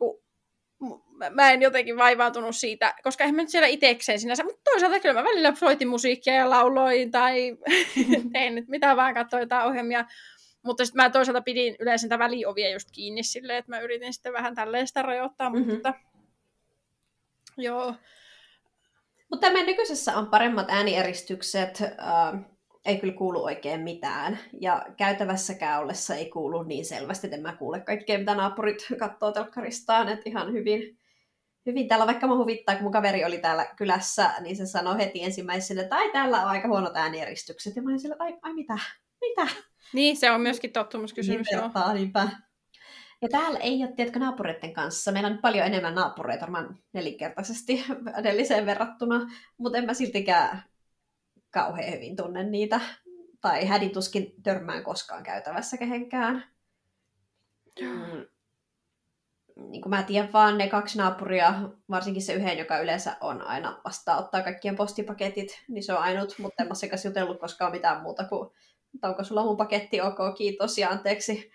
mä en jotenkin vaivaantunut siitä, koska eihän mä nyt siellä itekseen sinänsä, mutta toisaalta kyllä mä välillä soitin musiikkia ja lauloin tai tein nyt mitään, vaan katsoin jotain ohjelmia. Mutta sitten mä toisaalta pidin yleensä niitä väliovia just kiinni silleen, että mä yritin sitten vähän tälleen sitä rajoittaa, mutta joo. Mutta meidän nykyisessä on paremmat äänieristykset, ei kyllä kuulu oikein mitään. Ja käytävässäkään ollessa ei kuulu niin selvästi, että en mä kuule kaikkea, mitä naapurit katsoo telkkaristaan. Että ihan hyvin täällä, vaikka mä huvittaa, kun mun kaveri oli täällä kylässä, niin se sanoi heti ensimmäisenä, että ai täällä on aika huonot äänieristykset. Ja mä olin sillä, ai mitä? Niin, se on myöskin tottumuskysymys. Niinpä. Ja täällä ei ole, tiedätkö, naapureiden kanssa. Meillä on paljon enemmän naapureita, varmaan 4-kertaisesti edelliseen verrattuna, mutta en mä siltikään kauhean hyvin tunne niitä. Tai hädituskin törmään koskaan käytävässä kehenkään. Niin kuin mä tiedän vaan ne 2 naapuria, varsinkin se yhden, joka yleensä on aina vastaanottaa kaikkien postipaketit, niin se on ainut, mutta en mä sekä jutellut koskaan mitään muuta kuin, että onko sulla mun paketti, ok, kiitos ja anteeksi.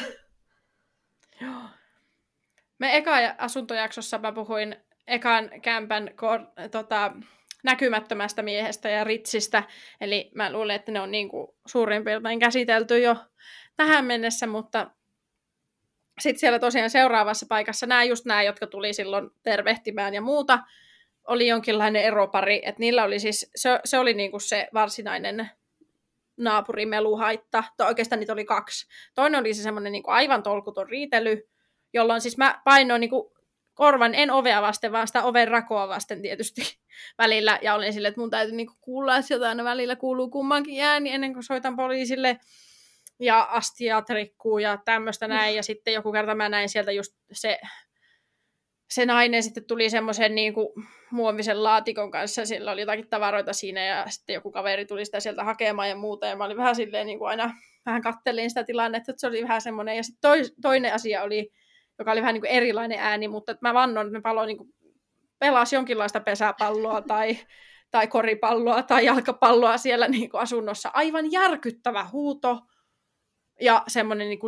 Joo. Me asuntojaksossa mä puhuin ekan kämpän näkymättömästä miehestä ja ritsistä, eli mä luulen, että ne on niin kuin suurin piirtein käsitelty jo tähän mennessä, mutta sitten siellä tosiaan seuraavassa paikassa nämä, jotka tuli silloin tervehtimään ja muuta, oli jonkinlainen eropari, että niillä oli siis, se oli niinku se varsinainen naapurimeluhaitta, tai oikeastaan niitä oli 2. Toinen oli se semmoinen niinku aivan tolkuton riitely, jolloin siis mä painoin niinku korvan en ovea vasten, vaan sitä oven rakoa vasten tietysti välillä, ja olin silleen, että mun täytyy niinku kuulla, että jotain välillä kuuluu kummankin ääni ennen kuin soitan poliisille, ja astiat rikkuu ja tämmöistä näin, ja sitten joku kerta mä näin sieltä just se nainen sitten tuli semmoisen niinku muovisen laatikon kanssa, sillä oli jotakin tavaroita siinä, ja sitten joku kaveri tuli sitä sieltä hakemaan ja muuta, ja mä olin vähän silleen niinku aina vähän kattelin sitä tilannetta, että se oli vähän semmoinen, ja sitten toinen asia oli, joka oli vähän niinku erilainen ääni, mutta mä vannon, että me pelasi jonkinlaista pesäpalloa tai koripalloa tai jalkapalloa siellä niinku asunnossa. Aivan järkyttävä huuto ja semmoinen niinku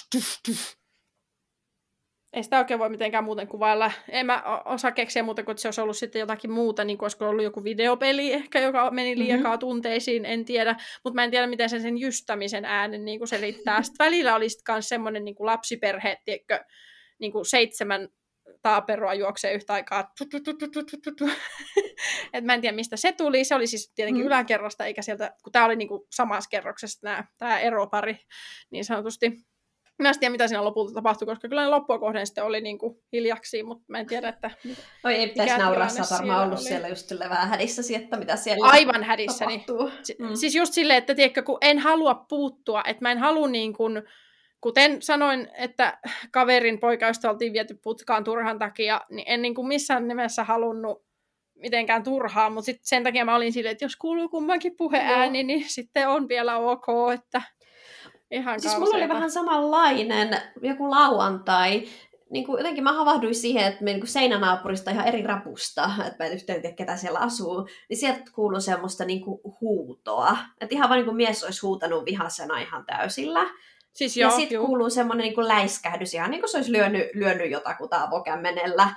ei sitä oikein voi mitenkään muuten kuvailla. En mä osaa keksiä muuta kuin, että se olisi ollut sitten jotakin muuta, niin kuin olisiko ollut joku videopeli ehkä, joka meni liikaa tunteisiin, en tiedä. Mutta mä en tiedä, miten sen jystämisen äänen niin kuin selittää. Sitten välillä olisi myös semmoinen niin kuin lapsiperhe, tiedätkö, niin kuin 7 taaperoa juoksee yhtä aikaa. Et mä en tiedä, mistä se tuli. Se oli siis tietenkin yläkerrasta, eikä sieltä, kun tää oli niin kuin samassa kerroksessa tämä eropari, niin sanotusti. Mä en tiedä, mitä siinä lopulta tapahtui, koska kyllä ne loppua kohden sitten oli niin kuin hiljaksi, mutta mä en tiedä, että oi, ei pitäisi nauraa, sä varmaan ollut siellä just vähän hädissäsi, että mitä siellä aivan hädissäni. Siis just silleen, että tiedätkö, kun en halua puuttua, että mä en halua niin kuin, kuten sanoin, että kaverin poikaystä oltiin viety putkaan turhan takia, niin en niin kuin missään nimessä halunnut mitenkään turhaa, mutta sitten sen takia mä olin silleen, että jos kuuluu kummankin puheääni, niin sitten on vielä ok, että ihan siis mulla oli vähän samanlainen joku lauantai. Niin kuin jotenkin mä havahduin siihen, että me niin kuin seinänaapurista ihan eri rapusta, että mä en yhtään tiedä, ketä siellä asuu, niin sieltä kuului semmoista niin kuin huutoa. Että ihan vaan niin kuin mies olisi huutanut vihasena ihan täysillä. Siis ja sitten kuuluu semmoinen niin kuin läiskähdys, ihan niin kuin se olisi lyönyt jotakuta avokämmenellä.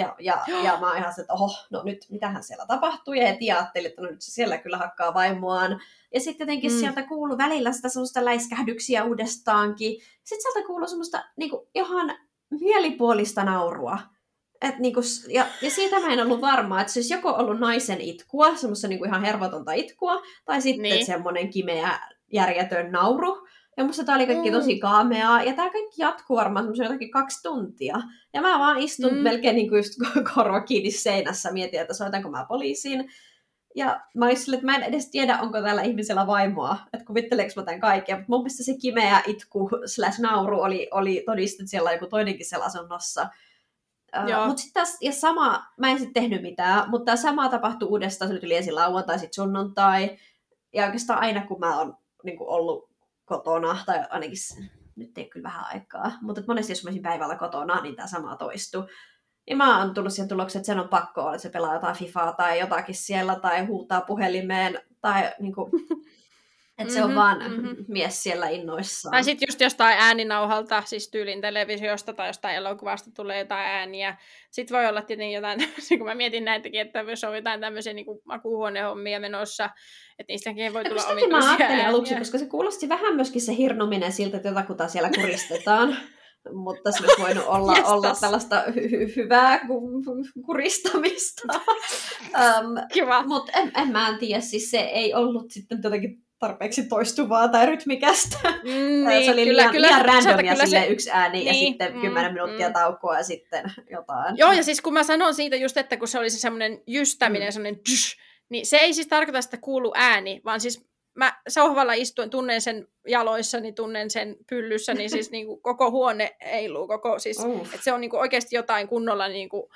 Ja mä oon ihan se, että no nyt mitähän siellä tapahtuu, ja heti ajattelin, että no nyt se siellä kyllä hakkaa vaimoaan. Ja sitten jotenkin sieltä kuului välillä sitä semmoista läiskähdyksiä uudestaankin. Sitten sieltä kuului semmoista niinku ihan mielipuolista naurua. Niinku, ja siitä mä en ollut varma, että se olisi joko ollut naisen itkua, semmoista niinku ihan hervotonta itkua, tai sitten semmoinen kimeä järjetön nauru. Ja musta tää oli kaikki tosi kaameaa, ja tää kaikki jatkuu varmaan semmoisen jotakin 2 tuntia. Ja mä vaan istun melkein niin kuin just korva kiinni seinässä, mietin, että soitanko mä poliisiin. Ja mä olin silleen, että mä en edes tiedä, onko tällä ihmisellä vaimoa, että kuvitteleeko mä tämän kaiken. Mutta mun mielestä se kimeä itku / nauru oli todiste, että siellä on joku toinenkin siellä asunnossa. Mutta sitten ja sama, mä en sitten tehnyt mitään, mutta tämä sama tapahtui uudestaan, se tuli ensin lauantai, sitten sunnuntai. Ja oikeastaan aina kun mä oon niin kuin ollut kotona, tai ainakin nyt ei kyllä vähän aikaa, mutta monesti jos mä olisin päivällä kotona, niin tämä sama toistui. Ja mä oon tullut siihen tulokseen, että sen on pakko olla, että se pelaa jotain Fifaa tai jotakin siellä, tai huutaa puhelimeen, tai niinku, että se on vaan mies siellä innoissaan. Tai sitten just jostain ääninauhalta, siis tyylin televisiosta tai jostain elokuvasta tulee jotain ääniä. Sitten voi olla tietenkin jotain, kun mä mietin näitäkin, että jos on jotain tämmöisiä niin makuuhuonehommia menossa, että niistäkin voi tulla omituisia mä ajattelin ääniä. Aluksi, koska se kuulosti vähän myöskin se hirnominen siltä, että jotakuta siellä kuristetaan. Mutta se olisi voinut olla tällaista hyvää kuristamista. Kiva. Mutta en mä tiedä, siis se ei ollut sitten jotenkin tarpeeksi toistuvaa tai rytmikästä. Se oli liian randomia silleen yksi ääni ja sitten 10 minuuttia taukoa ja sitten jotain. Joo, ja siis kun mä sanon siitä just, että kun se oli se semmoinen jystäminen, semmoinen tsh, niin se ei siis tarkoita, että kuuluu ääni, vaan siis mä sohvalla istuen, tunnen sen jaloissani, tunnen sen pyllyssäni, siis niinku koko huone heiluu, siis, että se on niinku oikeasti jotain kunnolla, niinku,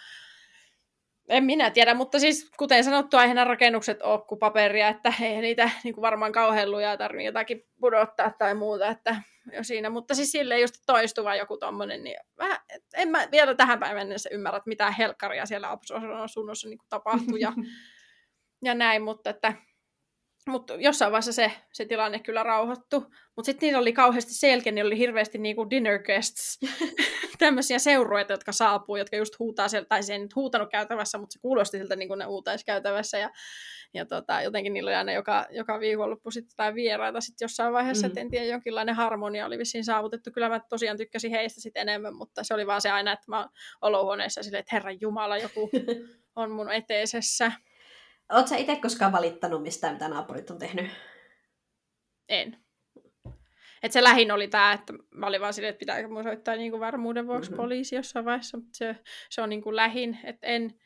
en minä tiedä, mutta siis kuten sanottua, eihän nämä rakennukset ole kuin paperia, että ei niitä niinku varmaan kauhean lujaa tarvitse jotakin pudottaa tai muuta, että jo siinä, mutta siis silleen just toistuva joku tommonen, niin en mä vielä tähän päivän mennessä ymmärrä, että mitä helkkaria siellä asunnossa niinku tapahtuu ja näin, mutta että Mutta jossain vaiheessa se tilanne kyllä rauhoittui. Mutta sitten niillä oli kauheasti sen jälkeen, niin oli hirveästi niinku dinner guests, tämmöisiä seurueita, jotka saapuu, jotka just huutaa sieltä, tai se ei nyt huutanut käytävässä, mutta se kuulosti siltä, niin kuin ne huutaisi käytävässä. Ja jotenkin niillä oli aina joka viikonloppu sitten tai vieraita sitten jossain vaiheessa, että en tiedä, jonkinlainen harmonia oli vissiin saavutettu. Kyllä mä tosiaan tykkäsin heistä sitten enemmän, mutta se oli vaan se aina, että mä oon olohuoneessa silleen, että Herran Jumala, joku on mun eteisessä. Oletko sä itse koskaan valittanut mistään, mitä naapurit on tehnyt? En. Että se lähin oli tämä, että mä olin vaan silleen, että pitääkö mun soittaa niinku varmuuden vuoksi poliisi jossain vaiheessa, mutta se on niinku lähin, että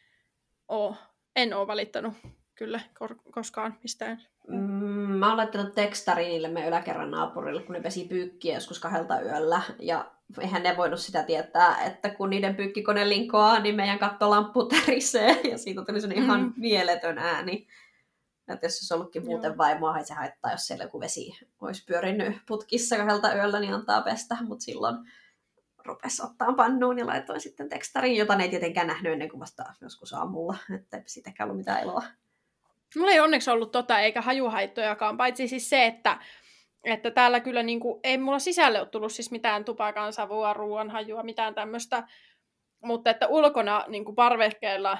en oo valittanut kyllä koskaan mistään. Mä oon laittanut tekstariin niille meidän yläkerran naapurille, kun ne pesi pyykkiä joskus 2 yöllä, ja eihän ne voinut sitä tietää, että kun niiden pyykkikone linkoaa, niin meidän kattolamppu tärisee, ja siitä tuli sellainen ihan mieletön ääni. Että jos olisi ollutkin muuten vaimoa, ei se haittaa, jos siellä joku vesi olisi pyörinyt putkissa 2 yöllä, niin antaa pestä, mutta silloin rupesi ottaa pannuun ja laitoin sitten tekstariin, jota ne ei tietenkään nähnyt ennen kuin vasta joskus aamulla, että ei siitäkään ollut mitään iloa. Mulla ei onneksi ollut eikä hajuhaittojakaan, paitsi siis se, että täällä kyllä niinku, ei mulla sisälle ole tullut siis mitään tupakan savua, ruoan hajua, mitään tämmöistä, mutta että ulkona niinku parvekkeella,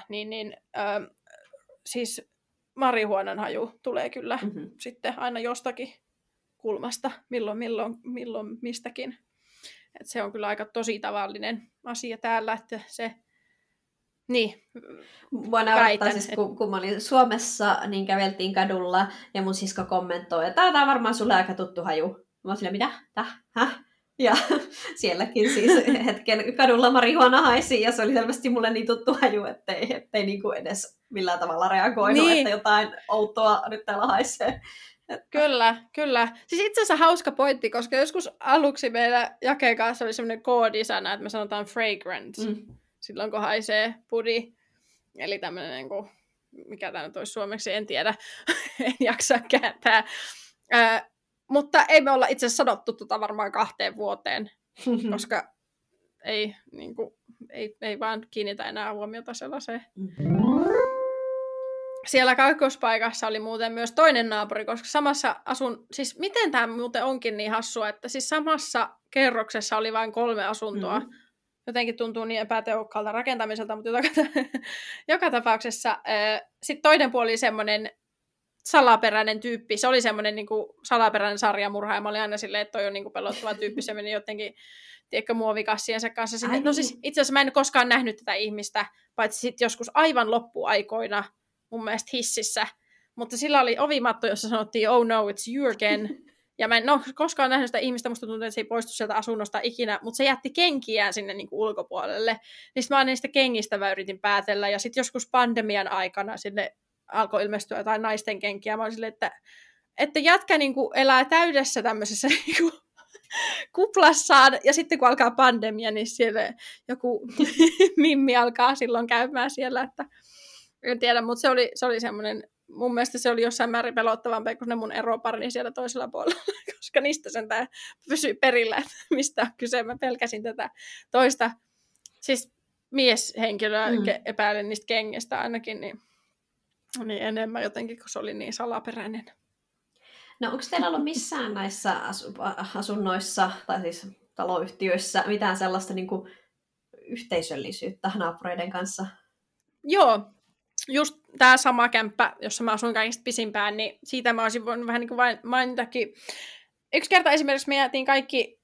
siis marihuonan haju tulee kyllä sitten aina jostakin kulmasta, milloin mistäkin. Et se on kyllä aika tosi tavallinen asia täällä, että se niin. Mua naurattaa siis, kun mä olin Suomessa, niin käveltiin kadulla ja mun sisko kommentoi, että tää on varmaan sulle aika tuttu haju. Mä oon silleen, mitä? Häh? Ja sielläkin siis hetken kadulla marihuana haisi ja se oli selvästi mulle niin tuttu haju, ettei niinku edes millään tavalla reagoinut, että jotain outoa nyt täällä haisee. Kyllä. Siis itse asiassa hauska pointti, koska joskus aluksi meillä Jakeen kanssa oli semmoinen koodisana, että me sanotaan fragrant, silloin kun haisee pudi. Eli tämmöinen, niin kuin, mikä tämä nyt olisi suomeksi, en tiedä, en jaksa kääntää. Mutta ei me olla itse asiassa sanottu varmaan 2 vuoteen, koska ei vaan kiinnitä enää huomiota sellaiseen. Siellä kakkospaikassa oli muuten myös toinen naapuri, koska samassa siis miten tämä muuten onkin niin hassua, että siis samassa kerroksessa oli vain 3 asuntoa. Jotenkin tuntuu niin epätehokkaalta rakentamiselta, mutta joka tapauksessa sitten toinen puoli oli semmoinen salaperäinen tyyppi. Se oli semmoinen niin kuin salaperäinen sarjamurha, ja mä olin aina silleen, että toi on niin kuin pelottava tyyppi. Se meni jotenkin, tiedätkö, muovikassiensa kanssa sinne. No siis itse asiassa mä en koskaan nähnyt tätä ihmistä, paitsi sitten joskus aivan loppuaikoina mun mielestä hississä. Mutta sillä oli ovimatto, jossa sanottiin, oh no, it's you again. Ja mä en koskaan nähnyt sitä ihmistä, musta tuntuu, että se ei poistu sieltä asunnosta ikinä, mutta se jätti kenkiään sinne niin kuin ulkopuolelle. Niin sitten mä niistä kengistä yritin päätellä, ja sitten joskus pandemian aikana sinne alkoi ilmestyä jotain naisten kenkiä. Mä olin silleen, että jätkä niin kuin elää täydessä tämmöisessä niin kuin kuplassaan, ja sitten kun alkaa pandemia, niin siellä joku mimmi alkaa silloin käymään siellä, että en tiedä, mutta se oli semmoinen, mun mielestä se oli jossain määrin pelottavampi kuin ne mun eroparini siellä toisella puolella, koska niistä sentään pysyi perillä, että mistä on kyse. Mä pelkäsin tätä toista, siis mieshenkilöä epäilen niistä kengistä ainakin, niin enemmän jotenkin, kun se oli niin salaperäinen. No onko teillä ollut missään näissä asunnoissa, tai siis taloyhtiöissä, mitään sellaista niin kuin yhteisöllisyyttä naapureiden kanssa? Joo, just tämä sama kämppä, jossa mä asuin kaikista pisimpään, niin siitä mä olisin voinut vähän niin kuin vain mainitakin. Yksi kerta esimerkiksi me jäätiin kaikki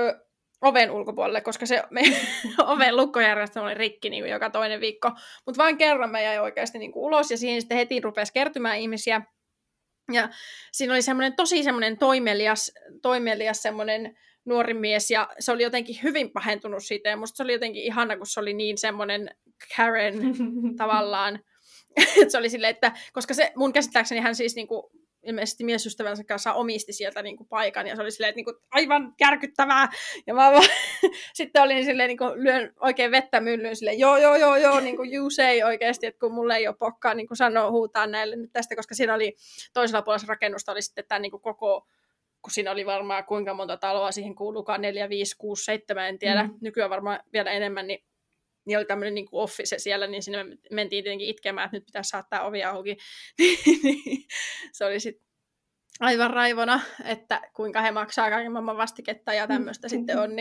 oven ulkopuolelle, koska se oven lukkojärjestelmä oli rikki niin kuin joka toinen viikko. Mutta vain kerran me jäi oikeasti niin kuin ulos, ja siihen sitten heti rupesi kertymään ihmisiä. Ja siinä oli tosi semmoinen toimelias semmoinen nuori mies, ja se oli jotenkin hyvin pahentunut siitä, ja musta se oli jotenkin ihana, kun se oli niin semmoinen Karen tavallaan. Se oli silleen, että koska se mun käsittääkseni hän siis niinku ilmeisesti miesystävänsä kanssa omisti sieltä niinku paikan, ja se oli silleen, että niinku aivan järkyttävää, ja mä vaan sitten olin silleen, niinku lyön oikein vettä myllyyn silleen, joo, niinku you say oikeasti, että kun mulle ei ole pokkaa niinku sanoa, huutaa näille nyt tästä, koska siinä oli toisella puolella rakennusta oli sitten tämä niinku koko, kun siinä oli varmaan kuinka monta taloa siihen kuuluukaan, 4, 5, 6, 7, en tiedä, nykyään varmaan vielä enemmän, niin oli tämmöinen niin kuin office siellä, niin sinne mentiin tietenkin itkemään, että nyt pitäisi saattaa ovi auki. Se oli sitten aivan raivona, että kuinka he maksaa kaiken maailman vastiketta ja tämmöistä sitten on.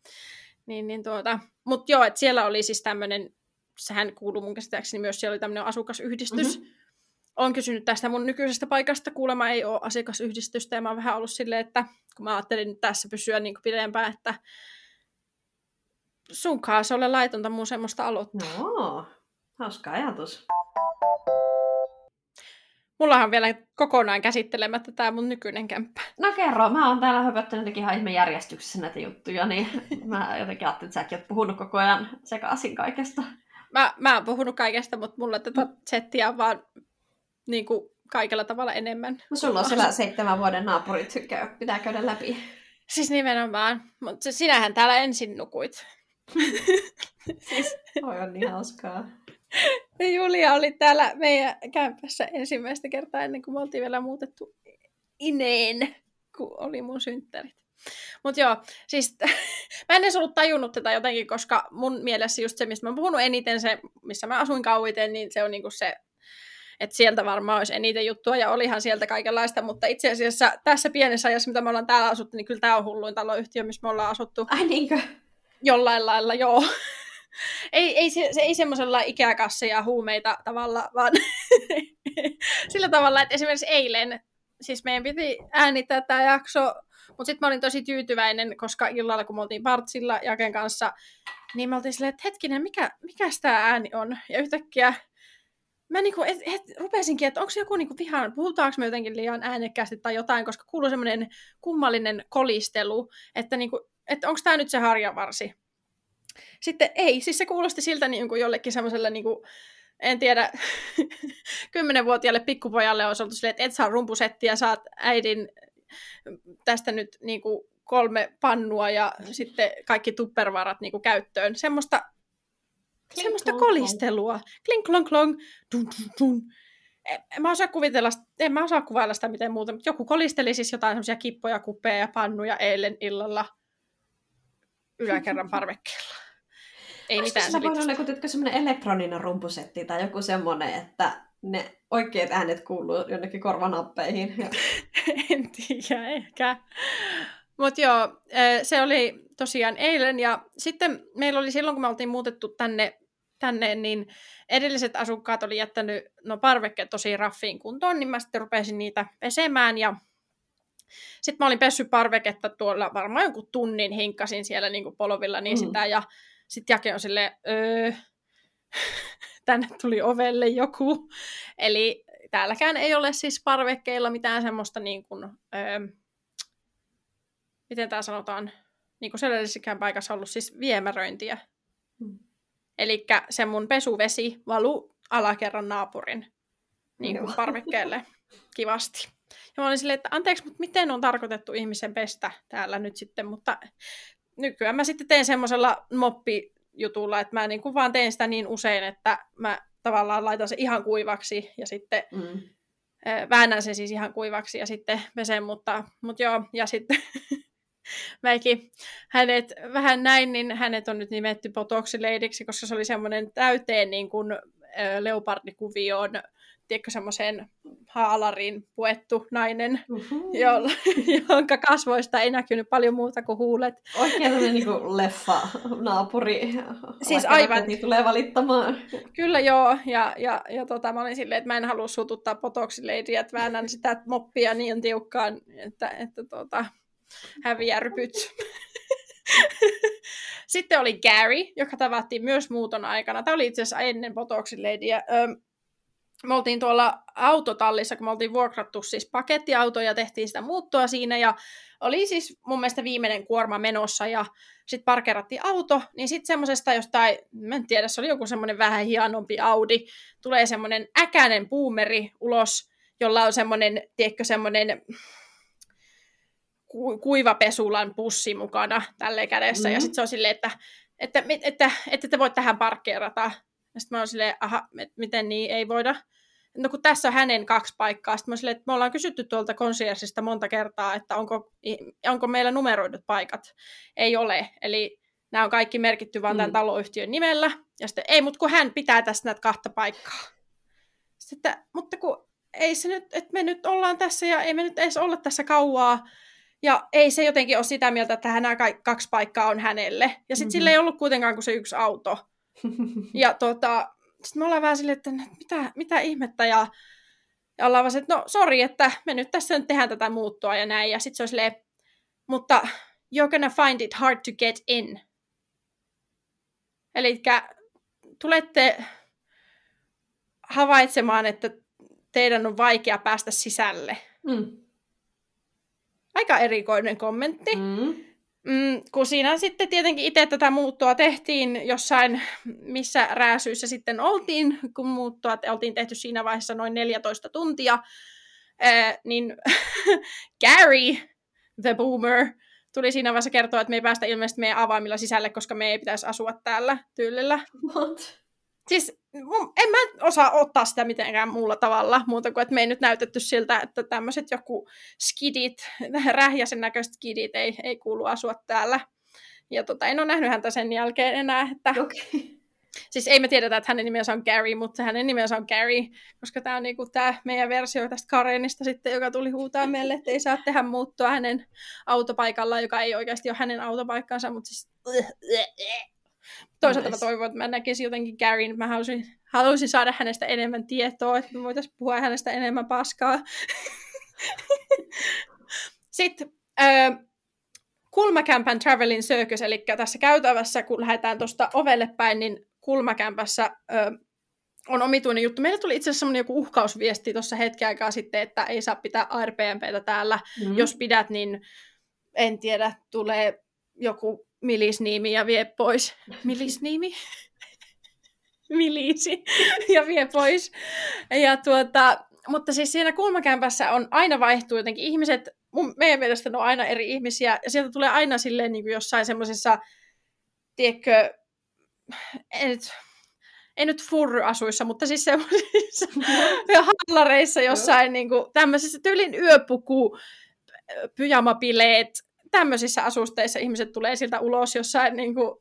Mutta joo, että siellä oli siis tämmöinen, sehän kuuluu mun käsittääkseni myös, siellä oli tämmöinen asukasyhdistys. Olen kysynyt tästä mun nykyisestä paikasta, kuulemma ei ole asiakasyhdistystä, ja mä oon vähän ollut silleen, että kun mä ajattelin tässä pysyä niin kuin pidempään, että sunkaan se ole laitonta mun semmoista aloittaa. No, hauska ajatus. Mullahan on vielä kokonaan käsittelemättä tää mun nykyinen kämppä. No kerro, mä oon täällä höpöttänyt ihan ihme järjestyksessä näitä juttuja, niin mä jotenkin ajattelin, että säkin oot puhunut koko ajan sekaisin kaikesta. Mä oon puhunut kaikesta, mutta mulla tätä settiä on vaan niin kuin kaikella tavalla enemmän. No sulla on siellä 7 vuoden naapurit, pitää käydä läpi. Siis nimenomaan, mutta sinähän täällä ensin nukuit. Siis, on niin hauskaa. Julia oli täällä meidän kämpässä ensimmäistä kertaa ennen kuin me oltiin vielä muutettu Ineen, kun oli mun synttärit. Mutta joo, siis mä en edes ollut tajunnut tätä jotenkin, koska mun mielessä just se, mistä mä oon puhunut eniten, se, missä mä asuin kauiten, niin se on niinku se, että sieltä varmaan olisi eniten juttua, ja olihan sieltä kaikenlaista, mutta itse asiassa tässä pienessä ajassa, mitä me ollaan täällä asuttu, niin kyllä tää on hulluin taloyhtiö, missä me ollaan asuttu. Ai niinkö? Jollain lailla, joo. Ei semmoisella ikäkassa ja huumeita tavalla, vaan sillä tavalla, että esimerkiksi eilen, siis meidän piti äänittää tämä jakso, mutta sitten mä olin tosi tyytyväinen, koska illalla, kun me oltiin Partsilla Jaken kanssa, niin me oltiin silleen, että hetkinen, mikäs tämä ääni on? Ja yhtäkkiä mä niinku, rupesinkin, että onko se joku niinku vihan, puhutaanko me jotenkin liian äänekkäästi tai jotain, koska kuuluu semmoinen kummallinen kolistelu, että niinku, että onko tämä nyt se harjavarsi? Sitten ei, siis se kuulosti siltä niin kuin jollekin semmoiselle, niin kuin, en tiedä, 10-vuotiaalle pikkupojalle olisi oltu silleen, että et saa rumpusettiä, saat äidin tästä nyt niin kuin 3 pannua ja sitten kaikki tuppervarat niin kuin käyttöön. Semmoista kolistelua. Klink, klong, klong, dun, dun, dun. En mä osaa kuvailla sitä miten muuta, mutta joku kolisteli siis jotain semmoisia kippoja, kuppeja ja pannuja eilen illalla yläkerran parvekkeella. Ei mitään selitystä. Voisi olla joku semmoinen elektroninen rumpusetti tai joku semmoinen, että ne oikeat äänet kuuluu jonnekin korvanappeihin. En tiedä, ehkä. Mutta joo, se oli tosiaan eilen. Ja sitten meillä oli silloin, kun me oltiin muutettu tänne niin edelliset asukkaat oli jättänyt parvekkeet tosi raffiin kuntoon, niin mä sitten rupesin niitä pesemään. Ja sitten mä olin pessyt parveketta tuolla varmaan jonkun tunnin, hinkkasin siellä niin kuin polvillani sitä, ja sitten Jake on silleen, tänne tuli ovelle joku. Eli täälläkään ei ole siis parvekkeilla mitään semmoista, niin kuin, miten tämä sanotaan, niin kuin sellaisessakaan paikassa ollut siis viemäröintiä. Eli se mun pesuvesi valuu alakerran naapurin niin kuin parvekkeelle kivasti. Ja mä olin silleen, että anteeksi, mutta miten on tarkoitettu ihmisen pestä täällä nyt sitten, mutta nykyään mä sitten teen semmoisella moppijutulla, että mä niin kuin vaan teen sitä niin usein, että mä tavallaan laitan se ihan kuivaksi ja sitten väännän sen siis ihan kuivaksi ja sitten pesen, mutta joo, ja sitten mäkin hänet vähän näin, niin hänet on nyt nimetty Botoxileidiksi, koska se oli semmoinen täyteen niin kuin leopardikuvioon, tiedätkö, semmoiseen haalariin puettu nainen, jonka kasvoista ei näkynyt paljon muuta kuin huulet. Oikein tämmöinen niin kuin leffa-naapuri. Siis aivan. Niin tulee valittamaan. Kyllä joo, ja mä olin silleen, että mä en halua sututtaa Botoxileidiä, että väännän sitä moppia niin tiukkaan, että häviää rypyt. Sitten oli Gary, joka tavattiin myös muuton aikana. Tämä oli itse asiassa ennen Botoxileidiä. Me oltiin tuolla autotallissa, kun me oltiin vuokrattu siis pakettiauto ja tehtiin sitä muuttoa siinä. Ja oli siis mun mielestä viimeinen kuorma menossa ja sitten parkerattiin auto. Niin sitten semmosesta jostain, mä en tiedä, se oli joku semmoinen vähän hienompi Audi. Tulee semmoinen äkäinen boomeri ulos, jolla on semmoinen, tiedätkö, semmoinen kuivapesulan pussi mukana tälleen kädessä. Ja sitten se on silleen, että te voit tähän parkkeerata. Ja sitten mä oon silleen, miten niin ei voida. No kun tässä on hänen 2 paikkaa. Sitten mä oon silleen, että me ollaan kysytty tuolta conciergeista monta kertaa, että onko meillä numeroidut paikat. Ei ole. Eli nämä on kaikki merkitty vaan tämän taloyhtiön nimellä. Ja sitten ei, mutta kun hän pitää tästä näitä 2 paikkaa. Sitten, mutta kun ei se nyt, että me nyt ollaan tässä ja ei me nyt edes olla tässä kauaa. Ja ei se jotenkin ole sitä mieltä, että nämä 2 paikkaa on hänelle. Ja sitten sillä ei ollut kuitenkaan kuin se 1 auto. Ja sitten me ollaan vähän silleen, että mitä ihmettä. Ja ollaan vaan että no sori, että me nyt tässä nyt tehdään tätä muuttoa ja näin. Ja sitten se on silleen, mutta you're gonna find it hard to get in. Eli tulette havaitsemaan, että teidän on vaikea päästä sisälle. Aika erikoinen kommentti. Kun siinä sitten tietenkin itse tätä muuttoa tehtiin jossain, missä rääsyissä sitten oltiin, kun muuttoa oltiin tehty siinä vaiheessa noin 14 tuntia, niin Gary, the boomer, tuli siinä vaiheessa kertoa, että me ei päästä ilmeisesti meidän avaimilla sisälle, koska me ei pitäisi asua täällä tyylillä. What? Siis en mä osaa ottaa sitä mitenkään muulla tavalla, muuta kuin, että me ei nyt näytetty siltä, että tämmöiset joku skidit, rähjäsen näköiset skidit ei kuulu asua täällä. Ja en ole nähnyt häntä sen jälkeen enää. Että... Okay. Siis ei me tiedetä, että hänen nimensä on Gary, mutta hänen nimensä on Gary, koska tämä on niinku tämä meidän versio tästä Karenista sitten, joka tuli huutaa meille, että ei saa tehdä muuttoa hänen autopaikallaan, joka ei oikeasti ole hänen autopaikkansa, mutta siis... Toisaalta mä toivon, että mä näkisin jotenkin Garyn. Mä haluaisin saada hänestä enemmän tietoa, että me voitaisiin puhua hänestä enemmän paskaa. Sitten kulmakämpän Traveling Circus, eli tässä käytävässä, kun lähdetään tuosta ovelle päin, niin kulmakämpässä on omituinen juttu. Meille tuli itse asiassa semmoinen joku uhkausviesti tuossa hetken aikaa sitten, että ei saa pitää Airbnbtä täällä. Jos pidät, niin en tiedä, tulee joku milisniimi ja vie pois. Milisniimi? Milisi. Ja vie pois. Ja mutta siis siinä kulmakämpässä on aina vaihtuu jotenkin ihmiset, meidän mielestä ne on aina eri ihmisiä, ja sieltä tulee aina silleen niin kuin jossain semmoisessa, tiedätkö, ei nyt furryasuissa, mutta siis semmoisissa hallareissa jossain niin kuin tämmöisissä tyylin yöpuku, pyjamabileet, tämmöisissä asusteissa ihmiset tulee siltä ulos jossain niin kuin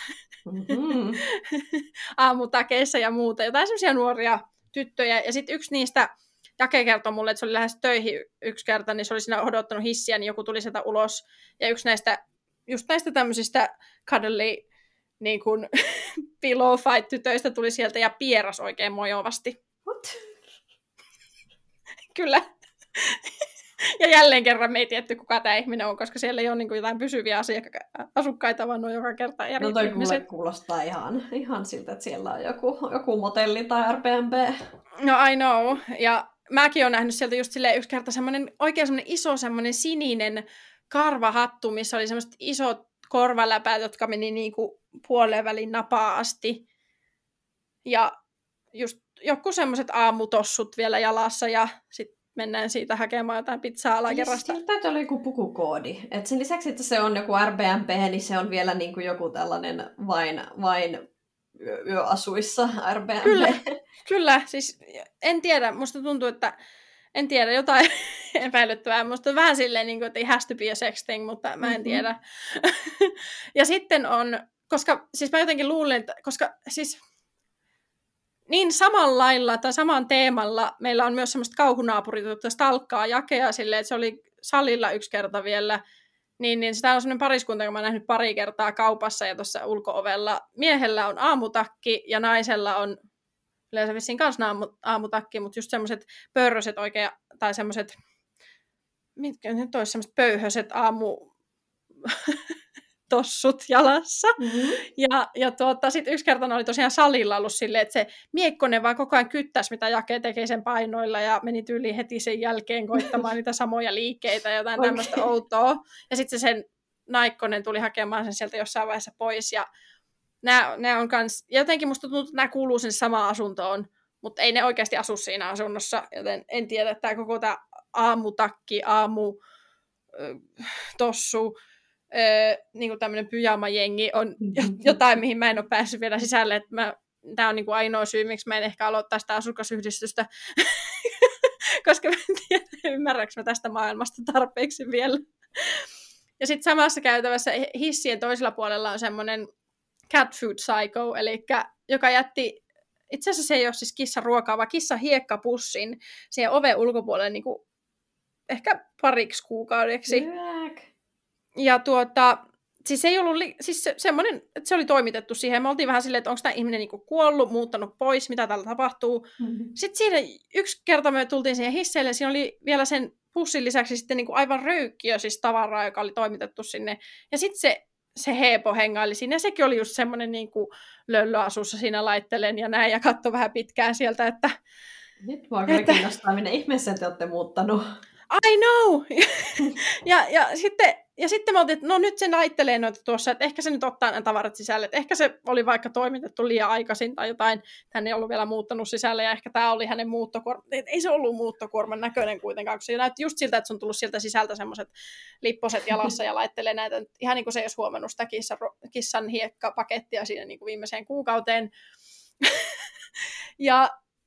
aamutakeissa ja muuta. Jotain semmoisia nuoria tyttöjä. Ja sitten yksi niistä Jake kertoi mulle, että se oli lähes töihin yksi kerta, niin se oli siinä odottanut hissiä, niin joku tuli sieltä ulos. Ja yksi näistä tämmöisistä cuddly niin kuin pillow fight tytöistä tuli sieltä ja pieras oikein mojovasti. What? Kyllä. Ja jälleen kerran me ei tiedetty, kuka tämä ihminen on, koska siellä ei ole niin kuin jotain pysyviä asukkaita, vaan on joka kerta eri ihmiset. No toi kuulostaa ihan siltä, että siellä on joku motelli tai Airbnb. No I know. Ja mäkin olen nähnyt sieltä just silleen yksi kerta oikein semmoinen iso semmoinen sininen karvahattu, missä oli semmoiset isot korvaläpäät, jotka meni niinku puoleen väliin napaa asti. Ja just joku semmoiset aamutossut vielä jalassa ja sitten mennään siitä hakemaan jotain pizzaa alakerrasta. Siis täytyy olla joku pukukoodi. Et sen lisäksi, että se on joku Airbnb, niin se on vielä niin kuin joku tällainen vain yöasuissa Airbnb. Kyllä. Siis en tiedä. Musta tuntuu, että en tiedä, jotain epäilyttävää. Musta on vähän silleen, niin kuin, että ei has to be a sexting, mutta mä en tiedä. Ja sitten on, koska siis mä jotenkin luulen, että koska siis niin samalla lailla tai saman teemalla meillä on myös semmoista kauhunaapurit, jotka stalkkaa Jakea silleen, että se oli salilla yksi kerta vielä, niin sitä on semmoinen pariskunta, jonka mä oon nähnyt pari kertaa kaupassa ja tuossa ulko-ovella. Miehellä on aamutakki ja naisella on yleensä vissiin kanssa aamutakki, mutta just semmoiset pörröset oikein, tai semmoiset, mitkä nyt olisi semmoiset pöyhöset tossut jalassa. Mm-hmm. Ja sitten yksi kerta oli tosiaan salilla ollut silleen, että se miekkonen vaan koko ajan kyttäisi, mitä Jake teki sen painoilla, ja meni tyyliin heti sen jälkeen koittamaan niitä samoja liikkeitä ja jotain tämmöistä outoa. Ja sitten sen naikkonen tuli hakemaan sen sieltä jossain vaiheessa pois, ja nämä on kans, jotenkin musta tuntuu, että nämä kuuluu sinne samaan asuntoon, mutta ei ne oikeasti asu siinä asunnossa, joten en tiedä, että tämä koko tämä aamutakki, tossu, niin kuin tämmöinen pyjama-jengi on jotain, mihin mä en ole päässyt vielä sisälle. Tämä on niin kuin ainoa syy, miksi mä en ehkä aloittaa sitä asukasyhdistystä, koska mä en tiedä, ymmärränkö mä tästä maailmasta tarpeeksi vielä. Ja sitten samassa käytävässä hissien toisella puolella on semmoinen cat food psycho, eli joka jätti itse asiassa se ei ole siis kissan ruokaa, vaan kissan hiekkapussin siihen oven ulkopuolelle niin kuin ehkä pariksi kuukaudeksi. Ja siis ei ollut, siis semmoinen, että se oli toimitettu siihen. Me oltiin vähän silleen, että onko tämä ihminen niinku kuollut, muuttanut pois, mitä täällä tapahtuu. Mm-hmm. Sitten siinä yksi kerta me tultiin siihen hisseille, siinä oli vielä sen pussin lisäksi sitten niinku aivan röykkiö siis tavaraa, joka oli toimitettu sinne. Ja sitten se Heepo hengaili siinä, ja sekin oli just semmoinen niinku löllöasussa siinä laittelen ja näin, ja katsoi vähän pitkään sieltä, että... Nyt mua kyllä kiinnostaa, minne ihmeessä te olette muuttanut. I know! ja sitten me oltiin, että no nyt se laittelee noita tuossa, että ehkä se nyt ottaa nämä tavarat sisälle. Että ehkä se oli vaikka toimitettu liian aikaisin tai jotain, hän ei ollut vielä muuttanut sisälle ja ehkä tämä oli hänen muuttokuorma. Ei se ollut muuttokuorman näköinen kuitenkaan, kun se näytti just siltä, että se on tullut sieltä sisältä semmoiset lipposet jalassa ja laittelee näitä. Ihan niin kuin se ei olisi huomannut sitä kissan hiekkapakettia siinä niin kuin viimeiseen kuukauteen. Ja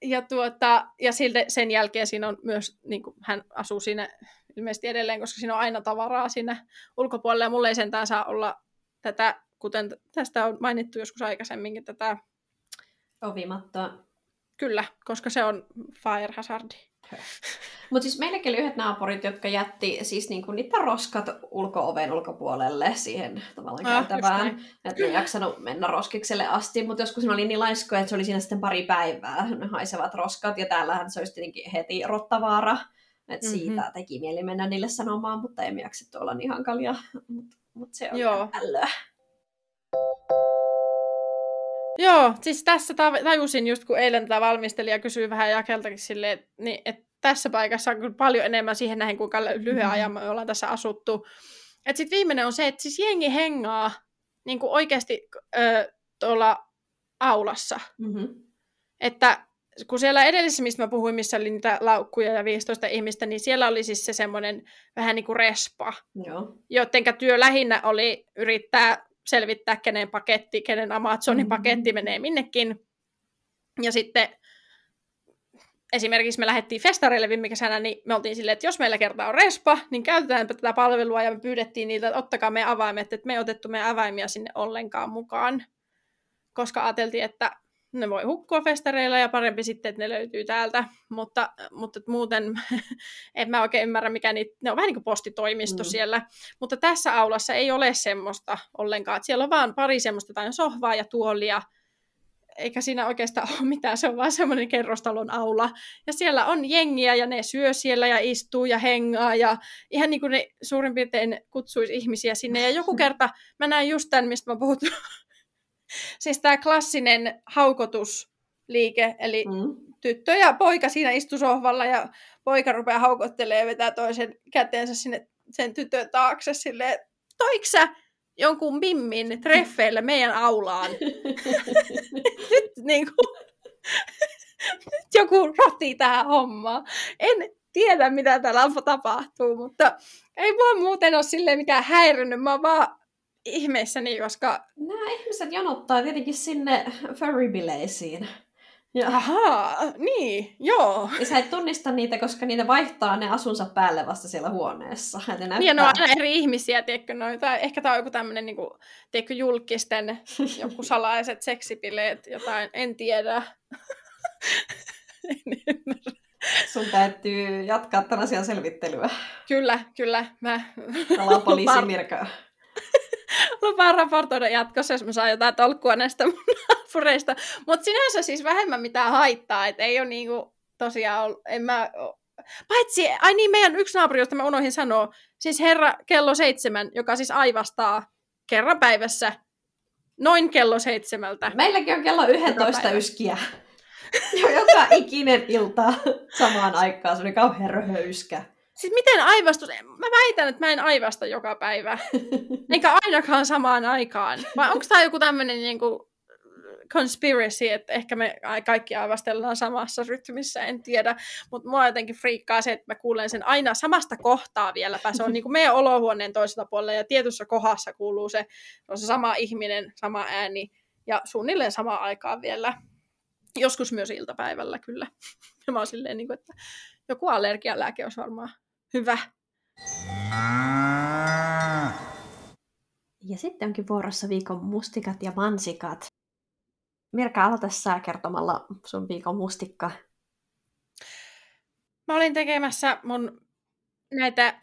sen jälkeen siinä on myös, niin kuin hän asuu siinä ilmeisesti edelleen, koska siinä on aina tavaraa siinä ulkopuolella, ja mulle ei sentään saa olla tätä, kuten tästä on mainittu joskus aikaisemminkin, tätä ovimattoa. Kyllä, koska se on fire hazardi. Mutta siis meilläkin oli yhdet naapurit, jotka jätti siis niinku niitä roskat ulko-oven ulkopuolelle siihen tavallaan käytävään. Että ne ei jaksanut mennä roskikselle asti, mutta joskus ne oli niin laiskoja, että se oli siinä sitten pari päivää, ne haisevat roskat. Ja täällähän se olisi tietenkin heti rottavaara. Että siitä teki mieli mennä niille sanomaan, mutta emme jaksettu olla niin hankalia. Mutta se on ällöä. Joo, siis tässä tajusin just, kun eilen tätä valmistelin ja kysyin vähän Jakeltakin silleen, että tässä paikassa on kyllä paljon enemmän siihen nähden, kuinka lyhyen ajan me ollaan tässä asuttu. Että sitten viimeinen on se, että siis jengi hengaa niin kuin oikeasti tuolla aulassa. Mm-hmm. Että kun siellä edellisessä, mistä mä puhuin, missä oli niitä laukkuja ja 15 ihmistä, niin siellä oli siis se semmoinen vähän niin kuin respa, jotenka työ lähinnä oli yrittää selvittää, kenen Amazonin paketti menee minnekin. Ja sitten esimerkiksi me lähdettiin festareille viime kesänä, niin me oltiin silleen, että jos meillä kertaa on respa, niin käytetäänpä tätä palvelua, ja me pyydettiin niiltä, että ottakaa meidän avaimet, että me ei otettu meidän avaimia sinne ollenkaan mukaan, koska ajateltiin, että ne voi hukkua festareilla ja parempi sitten, että ne löytyy täältä, mutta muuten en mä oikein ymmärrä, mikä ne on vähän niin kuin postitoimisto siellä, mutta tässä aulassa ei ole semmoista ollenkaan, että siellä on vaan pari semmoista jotain sohvaa ja tuolia, eikä siinä oikeastaan ole mitään, se on vaan semmoinen kerrostalon aula, ja siellä on jengiä, ja ne syö siellä ja istuu ja hengaa, ja ihan niin kuin ne suurin piirtein kutsuisi ihmisiä sinne, ja joku kerta mä näin just tämän, mistä mä puhuttu, siis tämä klassinen haukotusliike, eli tyttö ja poika siinä istu sohvalla ja poika rupeaa haukottelemaan ja vetää toisen käteensä sinne sen tytön taakse silleen, toiko sä jonkun mimmin treffeille meidän aulaan? Nyt niinku, nyt joku rotii tähän hommaan. En tiedä, mitä täällä tapahtuu, mutta ei mua muuten ole silleen mikään häirinyt. Mä oon vaan ihmeissäni, koska... Nämä ihmiset jonottaa tietenkin sinne furry-bileisiin. Ahaa, niin, joo. Ja sä et tunnista niitä, koska niitä vaihtaa ne asunsa päälle vasta siellä huoneessa. Niin, ne on aina eri ihmisiä, tiedätkö, noita. Ehkä tää on joku tämmönen, niin kuin, tiedätkö, julkisten, joku salaiset seksibileet, jotain, en tiedä. En ymmärrä. Sun täytyy jatkaa tämän asian selvittelyä. Kyllä. Ollaan poliisin Mirka. Lupaan raportoida jatkossa, jos mä saan jotain tolkkua näistä mun naapureista. Mutta sinänsä siis vähemmän mitään haittaa, että ei ole niinku tosiaan ollut, paitsi, meidän yksi naapuri, josta mä unohdin sanoa, siis herra kello 7, joka siis aivastaa kerran päivässä, noin kello 7. Meilläkin on kello 11 yskiä. Joka ikinen ilta samaan aikaan, se oli kauhean röhöyskä. Siis miten aivastus? Mä väitän, että mä en aivasta joka päivä. Eikä ainakaan samaan aikaan. Vai onko tää joku tämmönen niinku conspiracy, että ehkä me kaikki aivastellaan samassa rytmissä, en tiedä. Mutta mua jotenkin friikkaa se, että mä kuulen sen aina samasta kohtaa vieläpä. Se on niinku meidän olohuoneen toisella puolella ja tietyssä kohdassa kuuluu se sama ihminen, sama ääni ja suunnilleen samaan aikaan vielä. Joskus myös iltapäivällä kyllä. Ja mä oon silleen, että joku allergialääke olisi varmaan hyvä. Ja sitten onkin vuorossa viikon mustikat ja mansikat. Mirka, aloita sä kertomalla sun viikon mustikka. Mä olin tekemässä mun näitä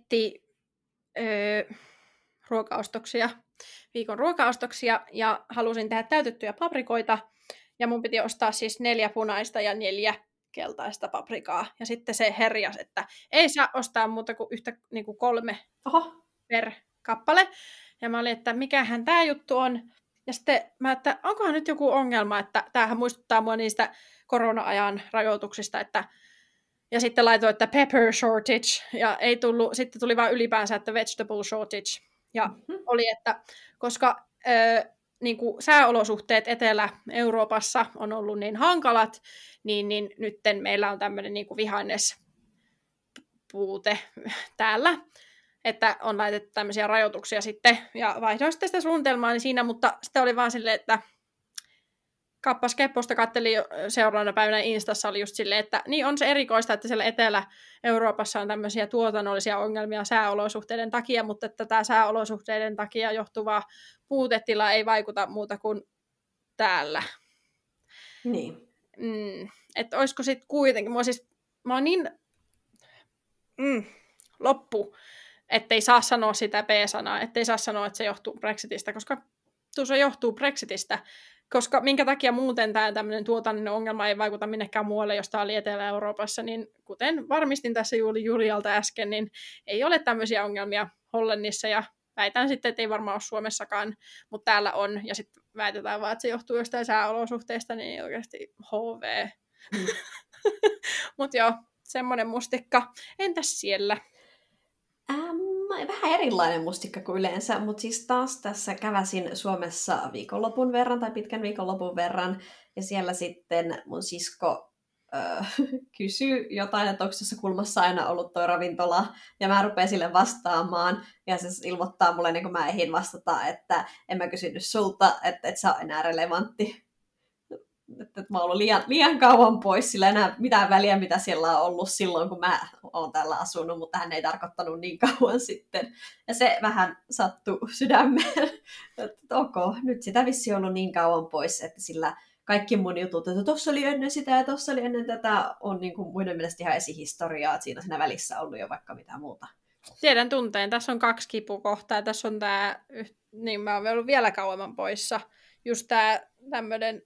ruokaostoksia, viikon ruokaostoksia, ja halusin tehdä täytettyjä paprikoita, ja mun piti ostaa siis 4 punaista ja 4 keltaista paprikaa, ja sitten se herjas, että ei saa ostaa muuta kuin 3 per kappale, ja mä olin, että mikähän tää juttu on, ja sitten mä, että onkohan nyt joku ongelma, että tämähän muistuttaa mua niistä korona-ajan rajoituksista, ja sitten laitoin, että pepper shortage, ja ei tullut, sitten tuli vaan ylipäänsä, että vegetable shortage. Ja oli, että koska niin kuin sääolosuhteet Etelä-Euroopassa on ollut niin hankalat, niin nytten meillä on tämmöinen niin kuin vihannespuute täällä, että on laitettu tämmöisiä rajoituksia sitten, ja vaihdoin sitten sitä suunnitelmaa niin siinä, mutta sitten oli vaan silleen, että kappas kepposta kattelin seuraavana päivänä Instassa, oli just silleen, että niin on se erikoista, että siellä Etelä-Euroopassa on tämmöisiä tuotannollisia ongelmia sääolosuhteiden takia, mutta että tämä sääolosuhteiden takia johtuva puutetila ei vaikuta muuta kuin täällä. Niin. Että olisiko sitten kuitenkin, mä oon niin loppu, ettei saa sanoa sitä B-sanaa, ettei saa sanoa, että se johtuu Brexitistä, koska se johtuu Brexitistä, koska minkä takia muuten tämä tämmöinen tuotannon ongelma ei vaikuta minnekään muualle, jos tämä oli Etelä-Euroopassa, niin kuten varmistin tässä Julialta äsken, niin ei ole tämmöisiä ongelmia Hollannissa, ja väitän sitten, että ei varmaan ole Suomessakaan, mutta täällä on, ja sitten väitetään vaan, että se johtuu jostain sääolosuhteista, niin oikeasti HV. Mutta joo, semmoinen mustikka. Entäs siellä? Vähän erilainen mustikka kuin yleensä, mutta siis taas tässä käväsin Suomessa viikonlopun verran tai pitkän viikonlopun verran, ja siellä sitten mun sisko kysyi jotain, että onko tässä kulmassa aina ollut toi ravintola, ja mä rupean sille vastaamaan, ja se ilmoittaa mulle, niin kun mä ehdin vastata, että en mä kysynyt sulta, että et sä ole enää relevantti. Että mä oon ollut liian kauan pois, sillä enää mitään väliä, mitä siellä on ollut silloin, kun mä oon täällä asunut, mutta hän ei tarkoittanut niin kauan sitten. Ja se vähän sattui sydämeen, että nyt sitä vissiin ollut niin kauan pois, että sillä kaikki mun jutut, että tossa oli ennen sitä ja tossa oli ennen tätä, on niin kuin muiden mielestä ihan esihistoriaa, että siinä välissä on ollut jo vaikka mitä muuta. Tiedän tunteen. Tässä on 2 kipukohtaa. Tässä on tämä, niin mä oon ollut vielä kauemman poissa. Just tämä tämmöinen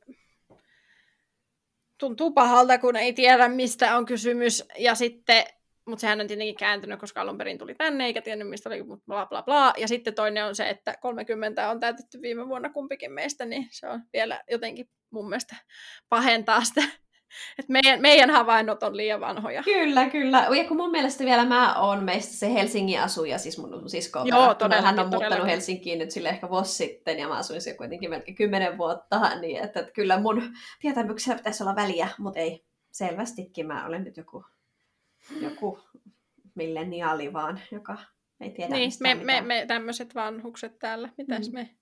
tuntuu pahalta, kun ei tiedä, mistä on kysymys. Ja sitten, mutta sehän on tietenkin kääntynyt, koska alun perin tuli tänne, eikä tiennyt, mistä oli, mutta bla bla bla. Ja sitten toinen on se, että 30 on täytetty viime vuonna kumpikin meistä, niin se on vielä jotenkin mun mielestä pahentaa sitä. Että meidän havainnot on liian vanhoja. Kyllä. Ja kun mun mielestä vielä mä oon meistä se Helsingin asuja, siis mun sisko on hän on muuttanut Helsinkiin nyt sille ehkä vuosi sitten, ja mä asuin siellä kuitenkin melkein 10 vuotta, niin että kyllä mun tietämyksellä pitäisi olla väliä, mutta ei, selvästikin mä olen nyt joku milleniaali vaan, joka ei tiedä niin, mistään me tämmöiset vanhukset täällä, mitäs me?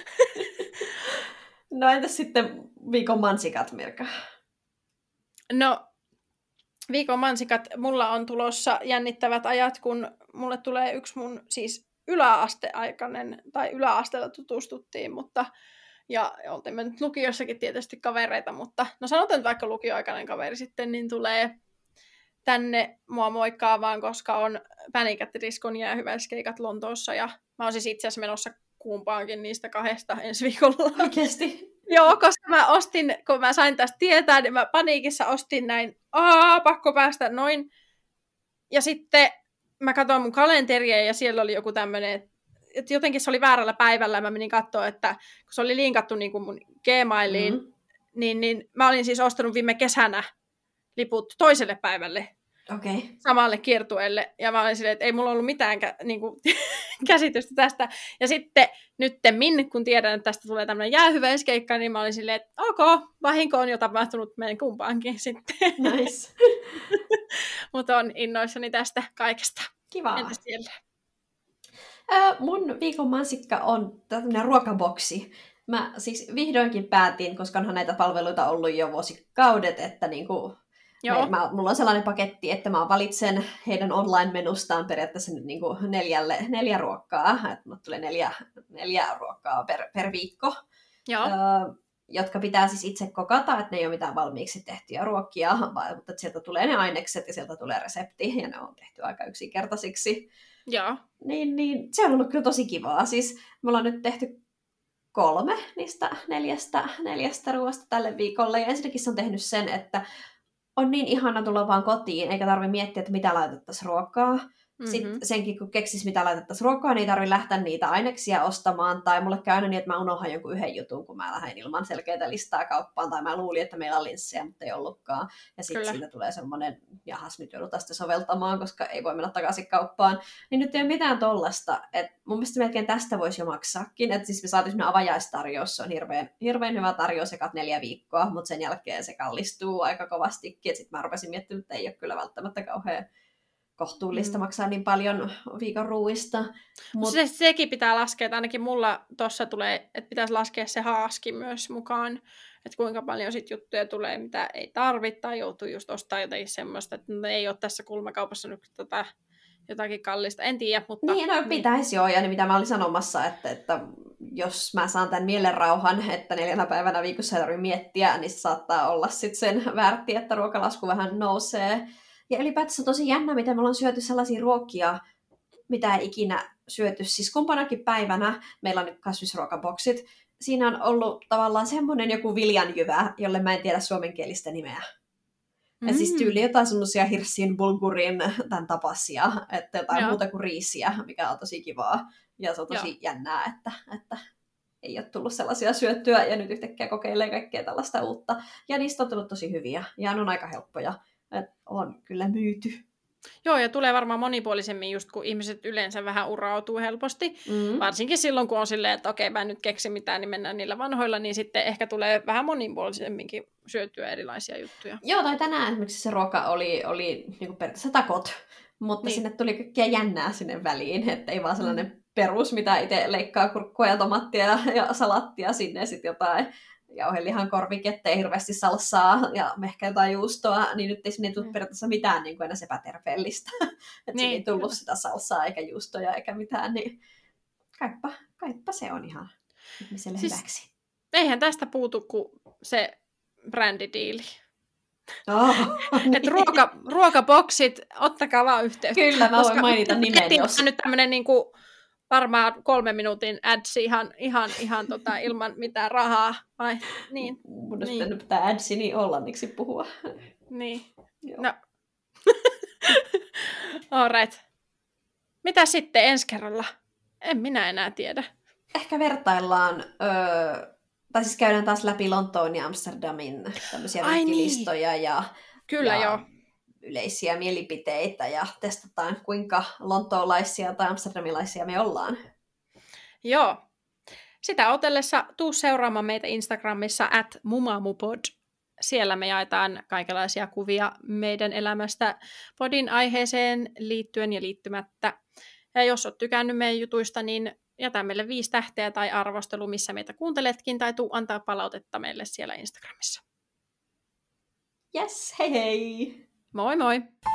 No entäs sitten viikon mansikat, Mirka? No, viikon mansikat, mulla on tulossa jännittävät ajat, kun mulle tulee yksi mun siis yläasteaikainen, tai yläasteella tutustuttiin, ja oltiin nyt lukiossakin tietysti kavereita, mutta no sanotaan nyt vaikka lukioaikainen kaveri sitten, niin tulee tänne mua moikkaamaan, koska on Panic at the Discon jäähyväiskeikat Lontoossa, ja mä oon siis itse asiassa menossa kumpaankin niistä 2 ensi viikolla. Oikeesti? Joo, koska mä ostin, kun mä sain tästä tietää, niin mä paniikissa ostin näin, pakko päästä noin. Ja sitten mä katsoin mun kalenteria ja siellä oli joku tämmönen, että jotenkin se oli väärällä päivällä. Mä menin katsoa, että kun se oli linkattu niin kuin mun Gmailiin, niin mä olin siis ostanut viime kesänä liput toiselle päivälle. Okay. Samalle kiertueelle. Ja mä olin silleen, että ei mulla ollut mitään käsitystä tästä. Ja sitten nyttemmin, kun tiedän, että tästä tulee tämmöinen jäähyväiskeikka, niin mä olin silleen, että vahinko on jo tapahtunut meidän kumpaankin sitten. Nice. Mutta on innoissani tästä kaikesta. Kiva. Entäs siellä? Mun viikon mansikka on tämmöinen ruokaboksi. Mä siis vihdoinkin päätin, koska onhan näitä palveluita ollut jo vuosikaudet, että niinku mulla on sellainen paketti, että mä valitsen heidän online-menustaan periaatteessa nyt niinku 4 ruokaa. Että mulle tulee 4 ruokaa per viikko. Joo. jotka pitää siis itse kokata, että ne ei ole mitään valmiiksi tehtyjä ruokia, vaan mutta sieltä tulee ne ainekset ja sieltä tulee resepti, ja ne on tehty aika yksinkertaisiksi. Joo. Niin se on ollut kyllä tosi kivaa. Siis me ollaan nyt tehty 3 niistä 4 ruoasta tälle viikolle, ja ensinnäkin se on tehnyt sen, että on niin ihana tulla vaan kotiin, eikä tarvitse miettiä, että mitä laitettaisiin ruokaa. Sitten senkin, kun keksis, mitä laitettaisiin ruokaa, niin ei tarvitse lähteä niitä aineksia ostamaan. Tai mulle käy aina niin, että mä unohdan jonkun yhden jutun, kun mä lähden ilman selkeää listaa kauppaan. Tai mä luulin, että meillä on linssejä, mutta ei ollutkaan. Ja sitten siitä tulee semmoinen, jahas, nyt joudutaan sitä soveltamaan, koska ei voi mennä takaisin kauppaan. Niin nyt ei ole mitään tollasta. Et mun mielestä melkein tästä voisi jo maksaakin. Että siis me saatiin avajaistarjous, se on hirveän hyvä tarjous, ekat 4 viikkoa, mutta sen jälkeen se kallistuu aika kovastikin. Sitten mä rupesin miettimään, että ei ole kyllä välttämättä kauhean kohtuullista maksaa niin paljon viikon ruuista. Sekin pitää laskea, että ainakin mulla tuossa tulee, että pitäisi laskea se haaski myös mukaan, että kuinka paljon sit juttuja tulee, mitä ei tarvitse, tai joutuu just ostaa jotakin semmoista, että ei ole tässä kulmakaupassa nyt jotakin kallista, en tiedä, mutta... Niin, no pitäisi joo, ja niin mitä mä olin sanomassa, että jos mä saan tämän mielenrauhan, että 4 päivänä viikossa ei tarvitse miettiä, niin se saattaa olla sitten sen väärti, että ruokalasku vähän nousee. Ja ylipäätänsä on tosi jännä, miten me ollaan syöty sellaisia ruokia, mitä ei ikinä syöty. Siis kumpanakin päivänä meillä on nyt kasvisruokaboksit. Siinä on ollut tavallaan semmoinen joku viljanjyvä, jolle mä en tiedä suomenkielistä nimeä. Ja siis tyyli jotain semmoisia hirssin, bulgurin, tämän tapaisia, että jotain muuta kuin riisiä, mikä on tosi kivaa. Ja se on tosi jännää, että ei ole tullut sellaisia syöttyä ja nyt yhtäkkiä kokeilee kaikkea tällaista uutta. Ja niistä on tullut tosi hyviä ja ne on aika helppoja. Että on kyllä myyty. Joo, ja tulee varmaan monipuolisemmin, just kun ihmiset yleensä vähän urautuu helposti. Varsinkin silloin, kun on silleen, että okei, mä en nyt keksi mitään, niin mennään niillä vanhoilla, niin sitten ehkä tulee vähän monipuolisemminkin syötyä erilaisia juttuja. Joo, tai tänään esimerkiksi se ruoka oli niin kuin periaatteessa takot, mutta sinne tuli kaikkea jännää sinne väliin, että ei vaan sellainen perus, mitä itse leikkaa kurkkua ja tomattia ja salattia sinne ja sitten jotain jauhelihan korviketta ja hirveästi salsaa ja ehkä jotain juustoa, niin nyt ei sinne tule periaatteessa mitään niin kuin enää epäterveellistä. Että niin, ei tullut sitä salsaa eikä juustoja eikä mitään, niin kaipa se on ihan ihmiselle siis hyväksi. Eihän tästä puutu kuin se brändidiili. Niin. Että ruokaboksit, ottakaa vaan yhteyttä. Kyllä, mä voin mainita nimen. Jos nyt tämmöinen niinku varmaan 3 minuutin ads ihan ilman mitään rahaa. Vai? Niin. Mun olisi pitänyt pitää adsi niin hollanniksi puhua. Niin. Joo. No. Alright. Mitä sitten ensi kerralla? En minä enää tiedä. Ehkä vertaillaan, tai siis käydään taas läpi Lontoon ja Amsterdamin tämmöisiä wikilistoja niin. Kyllä, joo. Yleisiä mielipiteitä ja testataan, kuinka lontoolaisia tai amsterdamilaisia me ollaan. Joo. Sitä otellessa tuu seuraamaan meitä Instagramissa @mumamupod. Siellä me jaetaan kaikenlaisia kuvia meidän elämästä podin aiheeseen liittyen ja liittymättä. Ja jos oot tykännyt meidän jutuista, niin jätä meille 5 tähteä tai arvostelu, missä meitä kuunteletkin, tai tuu antaa palautetta meille siellä Instagramissa. Yes, hei hei! Moi moi!